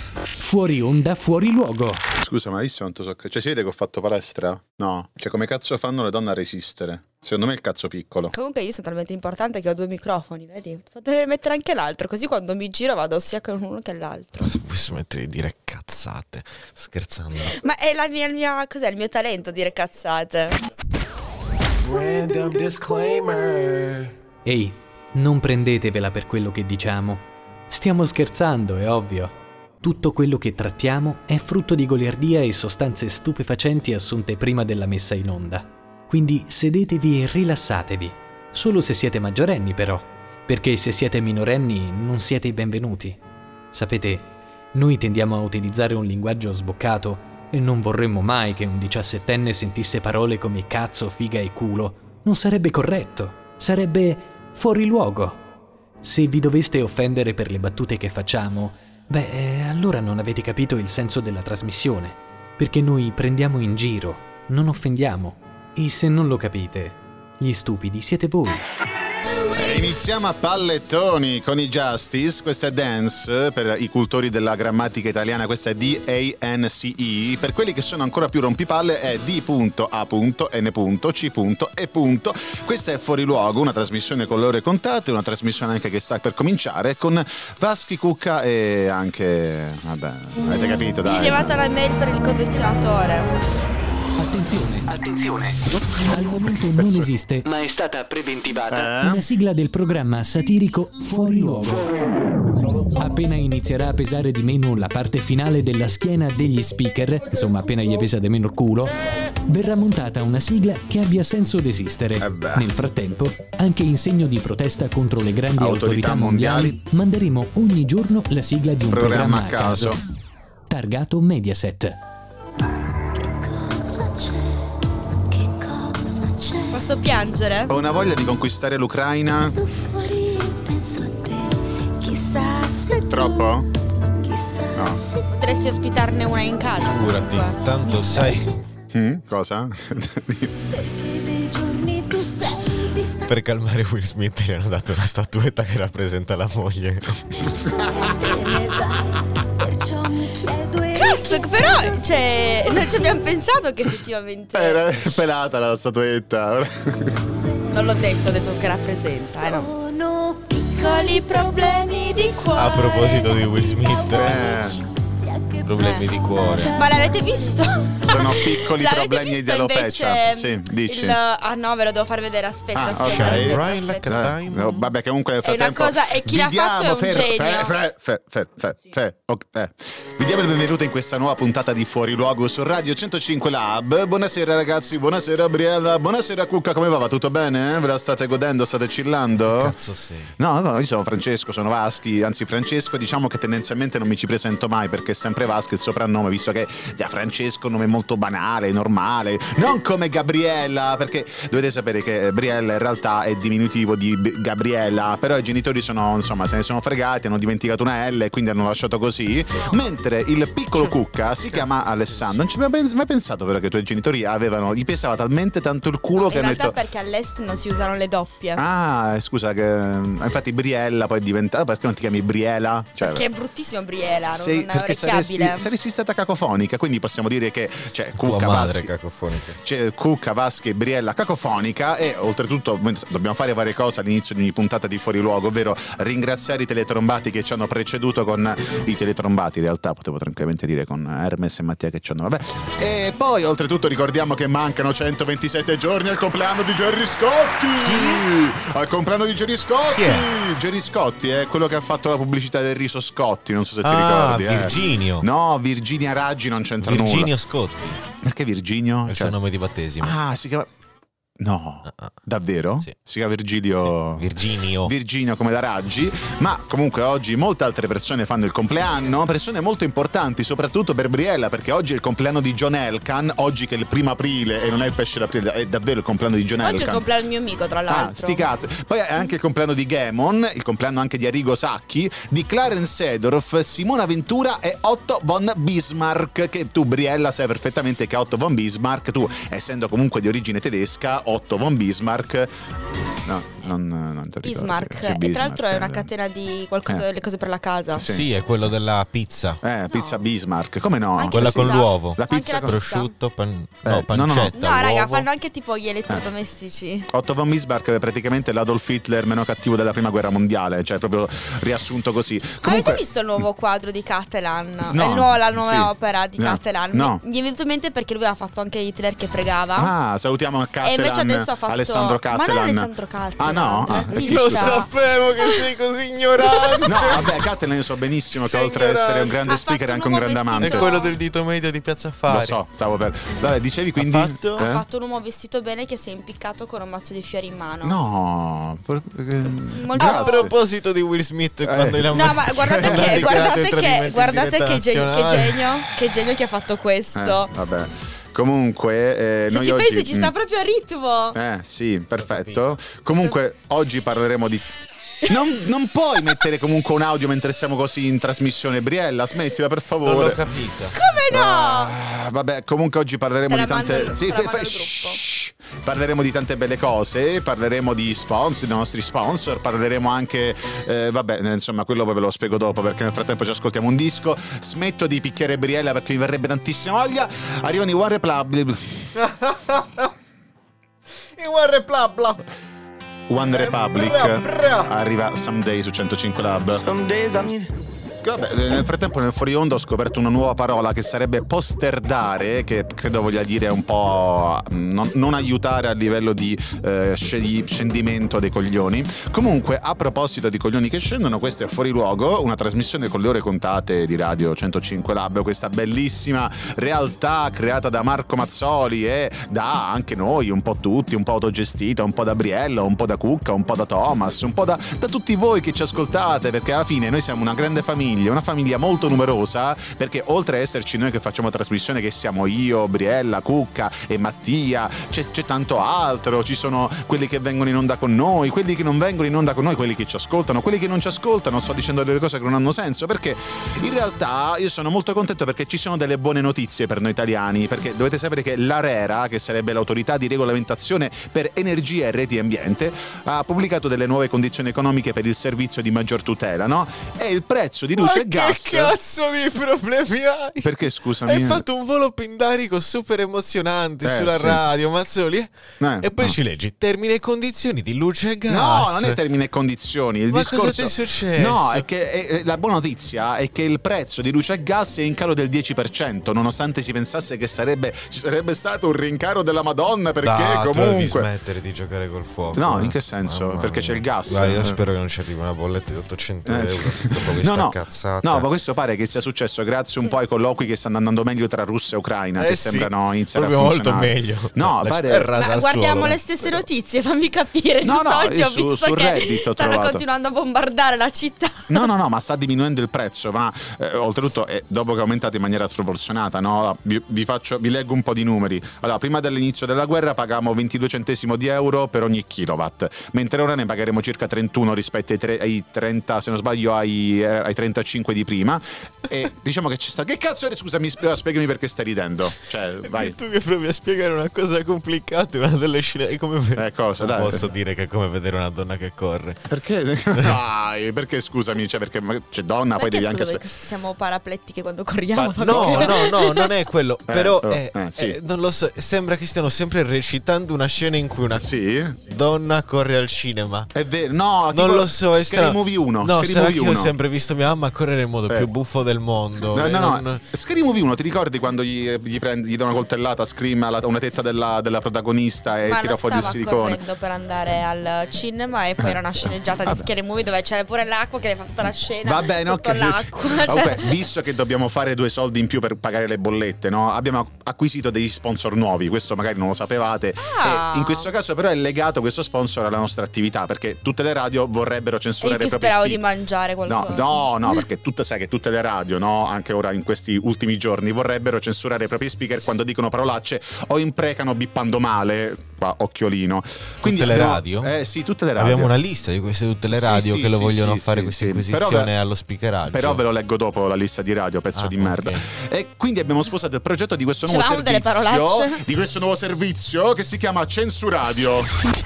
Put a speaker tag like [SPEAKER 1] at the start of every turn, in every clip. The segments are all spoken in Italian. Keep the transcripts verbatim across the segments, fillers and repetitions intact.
[SPEAKER 1] Fuori onda, fuori luogo.
[SPEAKER 2] Scusa, ma visto quanto so... Cioè, si vede che ho fatto palestra? No. Cioè, come cazzo fanno le donne a resistere? Secondo me è il cazzo piccolo.
[SPEAKER 3] Comunque io sono talmente importante che ho due microfoni, vedi? Potrei mettere anche l'altro, così quando mi giro vado sia con uno che l'altro.
[SPEAKER 4] Se puoi smettere di dire cazzate, scherzando.
[SPEAKER 3] Ma è la mia, il mio, cos'è il mio talento dire cazzate?
[SPEAKER 5] Random disclaimer.
[SPEAKER 1] Ehi, non prendetevela per quello che diciamo. Stiamo scherzando, è ovvio. Tutto quello che trattiamo è frutto di goliardia e sostanze stupefacenti assunte prima della messa in onda. Quindi sedetevi e rilassatevi. Solo se siete maggiorenni però, perché se siete minorenni non siete i benvenuti. Sapete, noi tendiamo a utilizzare un linguaggio sboccato e non vorremmo mai che un diciassettenne sentisse parole come cazzo, figa e culo. Non sarebbe corretto, sarebbe fuori luogo. Se vi doveste offendere per le battute che facciamo, beh, allora non avete capito il senso della trasmissione, perché noi prendiamo in giro, non offendiamo. E se non lo capite, gli stupidi siete voi.
[SPEAKER 2] E iniziamo a pallettoni con i Justice. Questa è Dance per i cultori della grammatica italiana. Questa è D A N C E. Per quelli che sono ancora più rompipalle è D A N C E. Questa è Fuori Luogo, una trasmissione con le ore contate, una trasmissione anche che sta per cominciare con Vaschi, Cucca e anche... vabbè, avete capito, dai.
[SPEAKER 3] Mi è arrivata la mail per il condizionatore.
[SPEAKER 1] Attenzione,
[SPEAKER 6] Attenzione,
[SPEAKER 1] al momento non esiste
[SPEAKER 6] ma è stata preventivata
[SPEAKER 2] Eh?
[SPEAKER 1] una sigla del programma satirico Fuori Luogo. Appena inizierà a pesare di meno la parte finale della schiena degli speaker, insomma appena gli pesa di meno il culo, verrà montata una sigla che abbia senso d'esistere.
[SPEAKER 2] Eh beh.
[SPEAKER 1] Nel frattempo, anche in segno di protesta contro le grandi
[SPEAKER 2] Autorità
[SPEAKER 1] autorità, mondiali,
[SPEAKER 2] mondiali,
[SPEAKER 1] manderemo ogni giorno la sigla di un
[SPEAKER 2] Programma
[SPEAKER 1] programma,
[SPEAKER 2] a caso.
[SPEAKER 1] targato Mediaset.
[SPEAKER 3] Posso piangere?
[SPEAKER 2] Ho una voglia di conquistare l'Ucraina.
[SPEAKER 3] Chissà se
[SPEAKER 2] Troppo?
[SPEAKER 3] Chissà
[SPEAKER 2] No.
[SPEAKER 3] potresti ospitarne una in casa.
[SPEAKER 4] Figurati,
[SPEAKER 3] comunque.
[SPEAKER 4] tanto sai,
[SPEAKER 2] Mm? Cosa?
[SPEAKER 4] per calmare Will Smith gli hanno dato una statuetta che rappresenta la moglie.
[SPEAKER 3] Cazzo, però, cioè, non ci abbiamo pensato che effettivamente...
[SPEAKER 2] Era pelata la statuetta.
[SPEAKER 3] Non l'ho detto, ho detto che rappresenta, eh no. Sono piccoli problemi di cuore.
[SPEAKER 4] A proposito di Will Smith,
[SPEAKER 2] Eh,
[SPEAKER 4] problemi
[SPEAKER 3] Eh.
[SPEAKER 4] di cuore.
[SPEAKER 3] Ma l'avete visto?
[SPEAKER 2] sono piccoli
[SPEAKER 3] L'avete
[SPEAKER 2] problemi
[SPEAKER 3] visto
[SPEAKER 2] di alopecia.
[SPEAKER 3] invece
[SPEAKER 2] Sì, dici.
[SPEAKER 3] il- Ah no, ve lo devo far vedere, aspetta,
[SPEAKER 2] Ah,
[SPEAKER 3] aspetta,
[SPEAKER 2] ok.
[SPEAKER 3] aspetta,
[SPEAKER 4] Brian
[SPEAKER 3] aspetta.
[SPEAKER 4] Like-
[SPEAKER 2] Eh, no, vabbè, che comunque nel
[SPEAKER 3] È una
[SPEAKER 2] frattempo
[SPEAKER 3] cosa- e chi l'ha
[SPEAKER 2] vi diamo
[SPEAKER 3] fatto è un
[SPEAKER 2] fer-
[SPEAKER 3] genio.
[SPEAKER 2] fe- fe- fe- fe- fe- fe- ok, eh. Vi diamo il benvenuto in questa nuova puntata di Fuori Luogo su Radio centocinque Lab. Buonasera ragazzi, buonasera Briella, buonasera Cucca, come va? Va tutto bene? Ve la state godendo? State chillando?
[SPEAKER 4] Cazzo sì.
[SPEAKER 2] No, no, io sono Francesco, sono Vaschi, anzi Francesco diciamo che tendenzialmente non mi ci presento mai perché è sempre Vaschi il soprannome, visto che da Francesco è un nome molto banale, normale, non come Gabriella, perché dovete sapere che Briella in realtà è diminutivo di B- Gabriella, però i genitori sono, insomma, se ne sono fregati, hanno dimenticato una L e quindi hanno lasciato così, mentre il piccolo Cucca si chiama Alessandro. Non ci abbiamo mai pensato però che i tuoi genitori avevano, gli pesava talmente tanto il culo che
[SPEAKER 3] In
[SPEAKER 2] hanno
[SPEAKER 3] realtà
[SPEAKER 2] detto...
[SPEAKER 3] perché all'est non si usano le doppie.
[SPEAKER 2] Ah, scusa, che infatti Briella poi è diventata. Perché non ti chiami Briela? Cioè,
[SPEAKER 3] Che è bruttissimo Briela, non,
[SPEAKER 2] sei,
[SPEAKER 3] non è
[SPEAKER 2] perché saresti,
[SPEAKER 3] orecchiabile.
[SPEAKER 2] saresti stata cacofonica, quindi possiamo dire che cioè,
[SPEAKER 4] Tua
[SPEAKER 2] Cucca,
[SPEAKER 4] madre
[SPEAKER 2] Vaschi,
[SPEAKER 4] cacofonica.
[SPEAKER 2] c'è Cucca, Vaschi e Briella cacofonica. E oltretutto dobbiamo fare varie cose all'inizio di ogni puntata di Fuori Luogo, ovvero ringraziare i teletrombati che ci hanno preceduto con i teletrombati, in realtà potevo tranquillamente dire con Hermes e Mattia che ci hanno, vabbè. E poi oltretutto ricordiamo che mancano centoventisette giorni al compleanno di Gerry Scotti. Al compleanno di Gerry Scotti.
[SPEAKER 4] Chi è?
[SPEAKER 2] Gerry Scotti è quello che ha fatto la pubblicità del riso Scotti, non so se ti
[SPEAKER 4] Ah,
[SPEAKER 2] ricordi. eh.
[SPEAKER 4] Virginio.
[SPEAKER 2] No, Virginia Raggi non c'entra
[SPEAKER 4] Virginio
[SPEAKER 2] nulla.
[SPEAKER 4] Scotti,
[SPEAKER 2] Perché Virginio?
[SPEAKER 4] è il
[SPEAKER 2] Cioè-
[SPEAKER 4] suo nome di battesimo.
[SPEAKER 2] Ah, si chiama... No,
[SPEAKER 4] Ah, ah.
[SPEAKER 2] davvero?
[SPEAKER 4] Sì.
[SPEAKER 2] Si chiama Virgilio...
[SPEAKER 4] Virginio.
[SPEAKER 2] Virginio come la Raggi, ma comunque oggi molte altre persone fanno il compleanno, persone molto importanti soprattutto per Briella, perché oggi è il compleanno di John Elkann, oggi che è il primo aprile e non è il pesce d'aprile, è davvero il compleanno di John
[SPEAKER 3] Oggi è il
[SPEAKER 2] Elkann.
[SPEAKER 3] compleanno del mio amico, tra l'altro.
[SPEAKER 2] Ah, sti cazzi. Poi è anche il compleanno di Gamon, il compleanno anche di Arrigo Sacchi, di Clarence Seedorf, Simona Ventura e Otto von Bismarck, che tu Briella sai perfettamente che Otto von Bismarck, tu essendo comunque di origine tedesca, Otto von Bismarck. No, non, non ti
[SPEAKER 3] Bismarck.
[SPEAKER 2] Sì,
[SPEAKER 3] E tra l'altro è una
[SPEAKER 2] eh.
[SPEAKER 3] catena di qualcosa
[SPEAKER 2] Eh.
[SPEAKER 3] delle cose per la casa.
[SPEAKER 2] Sì.
[SPEAKER 4] Sì, è quello della pizza.
[SPEAKER 2] Eh, pizza Bismarck, come no?
[SPEAKER 3] Anche
[SPEAKER 4] Quella
[SPEAKER 3] la
[SPEAKER 4] con
[SPEAKER 3] pizza.
[SPEAKER 4] l'uovo.
[SPEAKER 2] La pizza
[SPEAKER 3] Anche
[SPEAKER 2] con
[SPEAKER 3] la pizza.
[SPEAKER 4] Prosciutto, pan...
[SPEAKER 2] Eh,
[SPEAKER 4] no,
[SPEAKER 2] no, no, no.
[SPEAKER 4] pancetta,
[SPEAKER 3] No, raga,
[SPEAKER 4] uovo.
[SPEAKER 3] fanno anche tipo gli elettrodomestici.
[SPEAKER 2] Otto von Bismarck è praticamente l'Adolf Hitler meno cattivo della prima guerra mondiale, cioè proprio riassunto così. Comunque,
[SPEAKER 3] Avete visto il nuovo quadro di Catalan?
[SPEAKER 2] No,
[SPEAKER 3] il nuovo- la nuova
[SPEAKER 2] sì.
[SPEAKER 3] opera di
[SPEAKER 2] No,
[SPEAKER 3] Catalan?
[SPEAKER 2] no.
[SPEAKER 3] Mi, mi è venuto in mente perché lui ha fatto anche Hitler che pregava.
[SPEAKER 2] Ah, salutiamo a
[SPEAKER 3] e invece
[SPEAKER 2] Cattelan,
[SPEAKER 3] adesso ha fatto
[SPEAKER 2] Alessandro
[SPEAKER 3] Ma non
[SPEAKER 2] Cattelan.
[SPEAKER 3] Alessandro Cattelan.
[SPEAKER 2] Ah no? Ah,
[SPEAKER 3] l'artista.
[SPEAKER 2] chi
[SPEAKER 4] Lo
[SPEAKER 2] scusa?
[SPEAKER 4] sapevo che sei così ignorante.
[SPEAKER 2] No, vabbè, Cattelan io so benissimo che
[SPEAKER 4] Sei
[SPEAKER 2] oltre ad essere un
[SPEAKER 4] ignorante.
[SPEAKER 2] grande
[SPEAKER 3] Ha
[SPEAKER 2] speaker è
[SPEAKER 3] fatto
[SPEAKER 2] anche un
[SPEAKER 3] un
[SPEAKER 2] grande
[SPEAKER 3] nuovo
[SPEAKER 4] È
[SPEAKER 2] amante.
[SPEAKER 3] vestito.
[SPEAKER 4] quello del dito medio di Piazza Affari.
[SPEAKER 2] Lo so, stavo per. Vabbè, dicevi quindi.
[SPEAKER 4] fatto?
[SPEAKER 2] eh?
[SPEAKER 3] Ha fatto un uomo vestito bene che si è impiccato con un mazzo di fiori in mano.
[SPEAKER 2] No, per- eh,
[SPEAKER 3] Molto-
[SPEAKER 4] A
[SPEAKER 2] grazie.
[SPEAKER 4] proposito di Will Smith,
[SPEAKER 2] Eh.
[SPEAKER 4] quando il
[SPEAKER 3] No, ma guardate
[SPEAKER 4] l'ha
[SPEAKER 3] che,
[SPEAKER 4] dichiarato
[SPEAKER 3] guardate
[SPEAKER 4] il
[SPEAKER 3] che,
[SPEAKER 4] tradimento in
[SPEAKER 3] guardate
[SPEAKER 4] diretta
[SPEAKER 3] che, genio, che
[SPEAKER 4] nazionale.
[SPEAKER 3] genio, che genio che ha fatto questo.
[SPEAKER 2] Eh, vabbè. Comunque, eh,
[SPEAKER 3] Se
[SPEAKER 2] noi
[SPEAKER 3] ci
[SPEAKER 2] oggi,
[SPEAKER 3] pensi ci sta
[SPEAKER 2] mm,
[SPEAKER 3] proprio a ritmo.
[SPEAKER 2] Eh, sì, perfetto. Comunque, oggi parleremo di. Non, non puoi mettere comunque un audio mentre siamo così in trasmissione, Briella, smettila per
[SPEAKER 4] Non l'ho
[SPEAKER 2] favore.
[SPEAKER 4] capito.
[SPEAKER 3] Come no?
[SPEAKER 2] Ah, vabbè, comunque oggi parleremo
[SPEAKER 3] Te la
[SPEAKER 2] di tante.
[SPEAKER 3] mando-
[SPEAKER 2] Sì,
[SPEAKER 3] te la
[SPEAKER 2] fai-
[SPEAKER 3] mando
[SPEAKER 2] fai-
[SPEAKER 3] al gruppo.
[SPEAKER 2] shh. Parleremo di tante belle cose, parleremo di sponsor, dei nostri sponsor, parleremo anche. Eh, vabbè, eh, insomma, quello poi ve lo spiego dopo perché nel frattempo ci ascoltiamo un disco. Smetto di picchiare Briella perché mi verrebbe tantissima voglia. Arrivano i One Republic.
[SPEAKER 4] Il One Republic.
[SPEAKER 2] One Republic
[SPEAKER 4] Bra, bra.
[SPEAKER 2] arriva Someday su centocinque Lab.
[SPEAKER 5] Some days I need.
[SPEAKER 2] Vabbè, nel frattempo nel fuori onda ho scoperto una nuova parola che sarebbe posterdare, che credo voglia dire un po' non, non aiutare a livello di eh, scendi- scendimento dei coglioni. Comunque, a proposito di coglioni che scendono, questo è Fuori Luogo, una trasmissione con le ore contate di Radio centocinque Lab, questa bellissima realtà creata da Marco Mazzoli e da anche noi, un po' tutti, un po' autogestita, un po' da Briella, un po' da Cucca, un po' da Thomas, un po' da, da tutti voi che ci ascoltate, perché alla fine noi siamo una grande famiglia, una famiglia molto numerosa, perché oltre a esserci noi che facciamo trasmissione, che siamo io, Briella, Cucca e Mattia, c'è, c'è tanto altro, ci sono quelli che vengono in onda con noi, quelli che non vengono in onda con noi, quelli che ci ascoltano, quelli che non ci ascoltano. Sto dicendo delle cose che non hanno senso, perché in realtà io sono molto contento perché ci sono delle buone notizie per noi italiani, perché dovete sapere che l'ARERA, che sarebbe l'autorità di regolamentazione per energia e reti e ambiente, ha pubblicato delle nuove condizioni economiche per il servizio di maggior tutela, no? E il prezzo di luce
[SPEAKER 4] Ma
[SPEAKER 2] e gas.
[SPEAKER 4] che cazzo di problemi hai?
[SPEAKER 2] Perché scusami?
[SPEAKER 4] Hai fatto un volo pindarico super emozionante
[SPEAKER 2] Eh,
[SPEAKER 4] sulla
[SPEAKER 2] sì.
[SPEAKER 4] radio, Mazzoli.
[SPEAKER 2] Eh,
[SPEAKER 4] e poi
[SPEAKER 2] no.
[SPEAKER 4] ci leggi termini e condizioni di luce e gas.
[SPEAKER 2] No, non è termine e condizioni. Il
[SPEAKER 4] Ma
[SPEAKER 2] discorso.
[SPEAKER 4] cosa ti è successo?
[SPEAKER 2] No, è che è- è- la buona notizia è che il prezzo di luce e gas è in calo del dieci per cento, nonostante si pensasse che sarebbe ci sarebbe stato un rincaro della Madonna, perché
[SPEAKER 4] Dai, devi
[SPEAKER 2] comunque.
[SPEAKER 4] smettere di giocare col fuoco.
[SPEAKER 2] No,
[SPEAKER 4] eh.
[SPEAKER 2] in che senso?
[SPEAKER 4] Mamma
[SPEAKER 2] Perché
[SPEAKER 4] mia.
[SPEAKER 2] c'è il gas.
[SPEAKER 4] Guarda, io
[SPEAKER 2] Eh.
[SPEAKER 4] spero che non ci arrivi una bolletta di ottocento
[SPEAKER 2] Eh,
[SPEAKER 4] euro dopo questa
[SPEAKER 2] no, no.
[SPEAKER 4] cazzata.
[SPEAKER 2] No, ma questo pare che sia successo grazie un po' ai colloqui che stanno andando meglio tra Russia e Ucraina,
[SPEAKER 4] Eh
[SPEAKER 2] che
[SPEAKER 4] sì,
[SPEAKER 2] sembrano iniziare
[SPEAKER 4] proprio
[SPEAKER 2] a
[SPEAKER 4] molto
[SPEAKER 2] funzionare.
[SPEAKER 4] meglio.
[SPEAKER 2] No,
[SPEAKER 4] La
[SPEAKER 2] pare.
[SPEAKER 4] terra rasa
[SPEAKER 3] Ma
[SPEAKER 4] al
[SPEAKER 3] guardiamo
[SPEAKER 4] suolo.
[SPEAKER 3] le stesse notizie, fammi capire.
[SPEAKER 2] No,
[SPEAKER 3] Giusto
[SPEAKER 2] no,
[SPEAKER 3] oggi
[SPEAKER 2] io
[SPEAKER 3] ho
[SPEAKER 2] su-
[SPEAKER 3] visto
[SPEAKER 2] su
[SPEAKER 3] che
[SPEAKER 2] Reddit ho
[SPEAKER 3] stanno
[SPEAKER 2] trovato.
[SPEAKER 3] continuando a bombardare la città.
[SPEAKER 2] No, no, no, ma sta diminuendo il prezzo, ma eh, oltretutto eh, dopo che è aumentato in maniera sproporzionata, no? Vi, vi faccio, vi leggo un po' di numeri. Allora, prima dell'inizio della guerra pagavamo ventidue centesimo di euro per ogni kilowatt, mentre ora ne pagheremo circa trentuno rispetto ai, tre, ai trenta, se non sbaglio, ai, eh, ai trentacinque di prima. E diciamo che ci sta. Che cazzo è? Scusami, sp- spiegami perché stai ridendo. Cioè, vai.
[SPEAKER 4] Tu che provi a spiegare una cosa complicata, una delle scene è come ve-
[SPEAKER 2] Eh, cosa,
[SPEAKER 4] non
[SPEAKER 2] dai.
[SPEAKER 4] posso dire che è come vedere una donna che corre.
[SPEAKER 2] Perché? Dai, perché scusami, cioè perché ma- c'è donna, poi
[SPEAKER 3] Perché
[SPEAKER 2] devi anche
[SPEAKER 3] scusa,
[SPEAKER 2] spe-
[SPEAKER 3] perché siamo paraplettiche quando corriamo?
[SPEAKER 4] Pa-
[SPEAKER 3] va
[SPEAKER 4] no,
[SPEAKER 3] bene.
[SPEAKER 4] no, no, non è quello.
[SPEAKER 2] Eh,
[SPEAKER 4] Però
[SPEAKER 2] oh,
[SPEAKER 4] è-
[SPEAKER 2] eh, sì.
[SPEAKER 4] è- non lo so, sembra che stiano sempre recitando una scena in cui una
[SPEAKER 2] Sì?
[SPEAKER 4] donna corre al cinema.
[SPEAKER 2] È vero. No,
[SPEAKER 4] Non
[SPEAKER 2] tipo
[SPEAKER 4] lo so, è
[SPEAKER 2] Scary
[SPEAKER 4] strano.
[SPEAKER 2] Movie uno,
[SPEAKER 4] No,
[SPEAKER 2] Scary
[SPEAKER 4] sarà
[SPEAKER 2] Movie
[SPEAKER 4] che io ho
[SPEAKER 2] uno.
[SPEAKER 4] sempre visto mia mamma correre nel modo
[SPEAKER 2] Eh.
[SPEAKER 4] più buffo del mondo.
[SPEAKER 2] No,
[SPEAKER 4] e
[SPEAKER 2] no, no.
[SPEAKER 4] non-
[SPEAKER 2] Scary Movie uno, ti ricordi quando gli, gli, prendi, gli dà una coltellata, Scream alla una tetta della, della protagonista e
[SPEAKER 3] Ma
[SPEAKER 2] tira
[SPEAKER 3] non
[SPEAKER 2] fuori il
[SPEAKER 3] stava
[SPEAKER 2] silicone?
[SPEAKER 3] correndo per andare al cinema e poi era una sceneggiata di
[SPEAKER 2] Vabbè.
[SPEAKER 3] Scary Movie dove c'era pure l'acqua che le fa tutta la scena
[SPEAKER 2] Va bene,
[SPEAKER 3] sotto
[SPEAKER 2] ok.
[SPEAKER 3] l'acqua.
[SPEAKER 2] Comunque,
[SPEAKER 3] Cioè,
[SPEAKER 2] visto che dobbiamo fare due soldi in più per pagare le bollette, no? Abbiamo acquisito degli sponsor nuovi, questo magari non lo sapevate.
[SPEAKER 3] Ah.
[SPEAKER 2] E in questo caso però è legato questo sponsor alla nostra attività, perché tutte le radio vorrebbero
[SPEAKER 3] e io
[SPEAKER 2] censurare
[SPEAKER 3] che
[SPEAKER 2] i propri
[SPEAKER 3] speravo di
[SPEAKER 2] speak.
[SPEAKER 3] mangiare
[SPEAKER 2] No,
[SPEAKER 3] qualcosa.
[SPEAKER 2] no, no, perché tutte, sai che tutte le radio, no? Anche ora in questi ultimi giorni vorrebbero censurare i propri speaker quando dicono parolacce o imprecano bippando male. Qua, occhiolino. Quindi
[SPEAKER 4] tutte
[SPEAKER 2] abbiamo,
[SPEAKER 4] le radio?
[SPEAKER 2] Eh sì, tutte le radio.
[SPEAKER 4] Abbiamo una lista di queste tutte le radio
[SPEAKER 2] sì,
[SPEAKER 4] che
[SPEAKER 2] sì,
[SPEAKER 4] lo
[SPEAKER 2] sì,
[SPEAKER 4] vogliono
[SPEAKER 2] sì,
[SPEAKER 4] fare
[SPEAKER 2] sì,
[SPEAKER 4] questa
[SPEAKER 2] sì.
[SPEAKER 4] inquisizione
[SPEAKER 2] Però,
[SPEAKER 4] allo speakeraggio.
[SPEAKER 2] Però ve lo leggo dopo la lista di radio, pezzo
[SPEAKER 4] Ah,
[SPEAKER 2] di merda.
[SPEAKER 4] ok.
[SPEAKER 2] E quindi abbiamo sposato il progetto di questo nuovo
[SPEAKER 3] C'avevamo delle
[SPEAKER 2] servizio,
[SPEAKER 3] parolacce.
[SPEAKER 2] di questo nuovo servizio che si chiama Censuradio.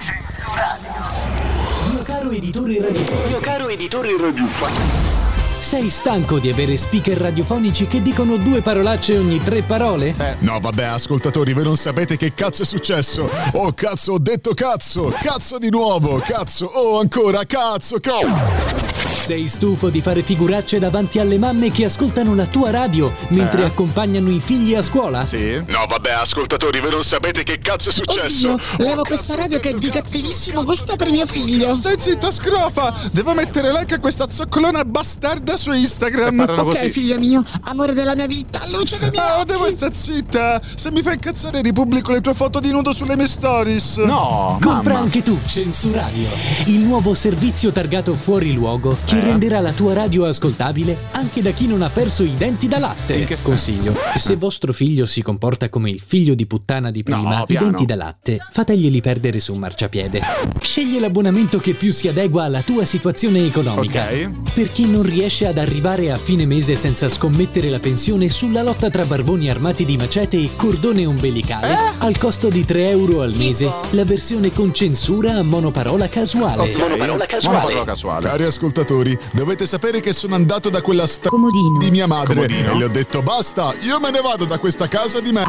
[SPEAKER 1] Mio caro editore radiofonico,
[SPEAKER 6] Mio caro editore radiofonico.
[SPEAKER 1] sei stanco di avere speaker radiofonici che dicono due parolacce ogni tre parole?
[SPEAKER 7] No, vabbè, ascoltatori, voi non sapete che cazzo è successo. Oh, cazzo, ho detto cazzo. Cazzo di nuovo, cazzo. Oh, ancora, cazzo, cazzo.
[SPEAKER 1] Sei stufo di fare figuracce davanti alle mamme che ascoltano la tua radio mentre
[SPEAKER 2] Eh?
[SPEAKER 1] accompagnano i figli a scuola?
[SPEAKER 2] Sì.
[SPEAKER 7] No, vabbè, ascoltatori, voi non sapete che cazzo è successo.
[SPEAKER 8] Oddio, levo questa radio che è di cattivissimo gusto per mio figlio.
[SPEAKER 9] Stai zitta, scrofa! Devo mettere like a questa zoccolona bastarda su Instagram.
[SPEAKER 2] Parlano
[SPEAKER 8] Ok,
[SPEAKER 2] così.
[SPEAKER 8] figlio mio, amore della mia vita, luce dei miei
[SPEAKER 9] Oh,
[SPEAKER 8] occhi.
[SPEAKER 9] devo stare zitta! Se mi fai incazzare ripubblico le tue foto di nudo sulle mie stories.
[SPEAKER 2] No,
[SPEAKER 1] Compra
[SPEAKER 2] mamma.
[SPEAKER 1] anche tu Censuradio, il nuovo servizio targato fuori luogo che
[SPEAKER 2] Eh?
[SPEAKER 1] renderà la tua radio ascoltabile anche da chi non ha perso i denti da latte.
[SPEAKER 2] In che senso?
[SPEAKER 1] Consiglio: se vostro figlio si comporta come il figlio di puttana di prima,
[SPEAKER 2] No,
[SPEAKER 1] i
[SPEAKER 2] piano.
[SPEAKER 1] denti da latte fateglieli perdere su un marciapiede. Scegli l'abbonamento che più si adegua alla tua situazione economica.
[SPEAKER 2] Ok.
[SPEAKER 1] Per chi non riesce ad arrivare a fine mese senza scommettere la pensione sulla lotta tra barboni armati di macete e cordone ombelicale,
[SPEAKER 2] Eh?
[SPEAKER 1] al costo di tre euro al mese, la versione con censura a monoparola casuale.
[SPEAKER 2] Ok.
[SPEAKER 6] Monoparola casuale.
[SPEAKER 2] Monoparola casuale.
[SPEAKER 7] Cari ascoltatori, dovete sapere che sono andato da quella sta
[SPEAKER 10] Comodino.
[SPEAKER 7] di mia madre
[SPEAKER 2] Comodino.
[SPEAKER 7] e le ho detto basta, io me ne vado da questa casa di me.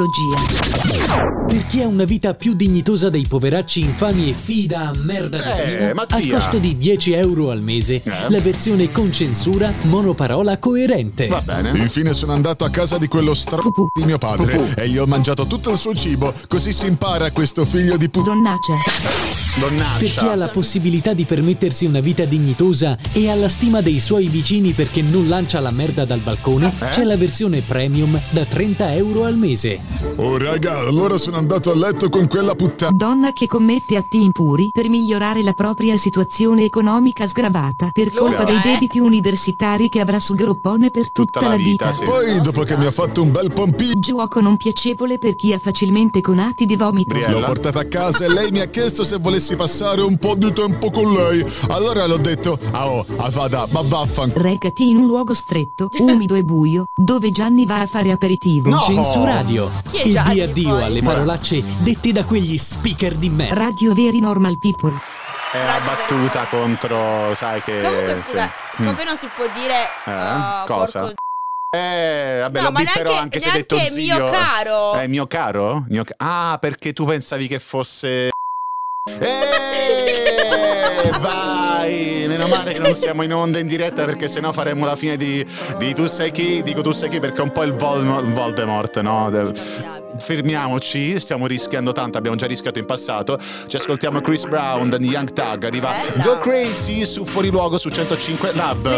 [SPEAKER 10] Astrologia.
[SPEAKER 1] Per chi ha una vita più dignitosa dei poveracci infami e fida a merda di
[SPEAKER 2] Eh,
[SPEAKER 1] prima, al
[SPEAKER 2] Mattia.
[SPEAKER 1] costo di dieci euro al mese,
[SPEAKER 2] Eh.
[SPEAKER 1] la versione con censura monoparola coerente.
[SPEAKER 2] Va bene.
[SPEAKER 7] Infine sono andato a casa di quello str...
[SPEAKER 10] Pupù.
[SPEAKER 7] di mio padre
[SPEAKER 2] Pupù.
[SPEAKER 7] e gli ho mangiato tutto il suo cibo, così si impara questo figlio di puttana.
[SPEAKER 10] Donnace.
[SPEAKER 1] Per chi ha
[SPEAKER 2] Donnaccia.
[SPEAKER 1] la possibilità di permettersi una vita dignitosa e ha la stima dei suoi vicini perché non lancia la merda dal balcone,
[SPEAKER 2] Eh?
[SPEAKER 1] c'è la versione premium da trenta euro al mese.
[SPEAKER 7] Oh raga, allora sono andato a letto con quella puttana.
[SPEAKER 10] Donna che commette atti impuri per migliorare la propria situazione economica sgravata per colpa dei
[SPEAKER 3] eh?
[SPEAKER 10] debiti universitari che avrà sul groppone per tutta,
[SPEAKER 2] Tutta la
[SPEAKER 10] la
[SPEAKER 2] vita,
[SPEAKER 10] vita.
[SPEAKER 2] sì.
[SPEAKER 7] Poi dopo che mi ha fatto un bel pompino,
[SPEAKER 10] Gioco non piacevole per chi ha facilmente conati di vomito.
[SPEAKER 2] Briella.
[SPEAKER 7] l'ho portata a casa e lei mi ha chiesto se volessi passare un po' di tempo con lei. Allora l'ho detto, ah oh, ah, vada, ma vaffanculo.
[SPEAKER 10] Recati in un luogo stretto, umido e buio, dove Gianni va a fare aperitivo.
[SPEAKER 2] No.
[SPEAKER 1] Censuradio.
[SPEAKER 3] Chi è
[SPEAKER 1] E
[SPEAKER 3] Gianni,
[SPEAKER 1] di addio
[SPEAKER 3] poi?
[SPEAKER 1] alle parolacce dette da quegli speaker di merda.
[SPEAKER 10] Radio Very Normal People.
[SPEAKER 2] È una battuta contro, sai che...
[SPEAKER 3] Comunque
[SPEAKER 2] sì.
[SPEAKER 3] scusa,
[SPEAKER 2] Mm.
[SPEAKER 3] come non si può dire
[SPEAKER 2] Eh,
[SPEAKER 3] uh,
[SPEAKER 2] cosa?
[SPEAKER 3] porco
[SPEAKER 2] Eh, vabbè,
[SPEAKER 3] No,
[SPEAKER 2] lo
[SPEAKER 3] ma
[SPEAKER 2] bipperò
[SPEAKER 3] neanche-
[SPEAKER 2] anche se hai detto
[SPEAKER 3] neanche
[SPEAKER 2] zio.
[SPEAKER 3] mio caro.
[SPEAKER 2] Eh, mio caro? Mio ca- ah, perché tu pensavi che fosse... Eh, vai! Meno male che non siamo in onda in diretta perché sennò faremo la fine di, di Tu sei chi? Dico Tu sei chi perché è un po' il Vol- Voldemort, no? De- Fermiamoci, stiamo rischiando tanto, abbiamo già rischiato in passato. Ci ascoltiamo Chris Brown, The Young Thug, arriva
[SPEAKER 3] Bella.
[SPEAKER 2] Go Crazy su Fuori Luogo su centocinque Lab.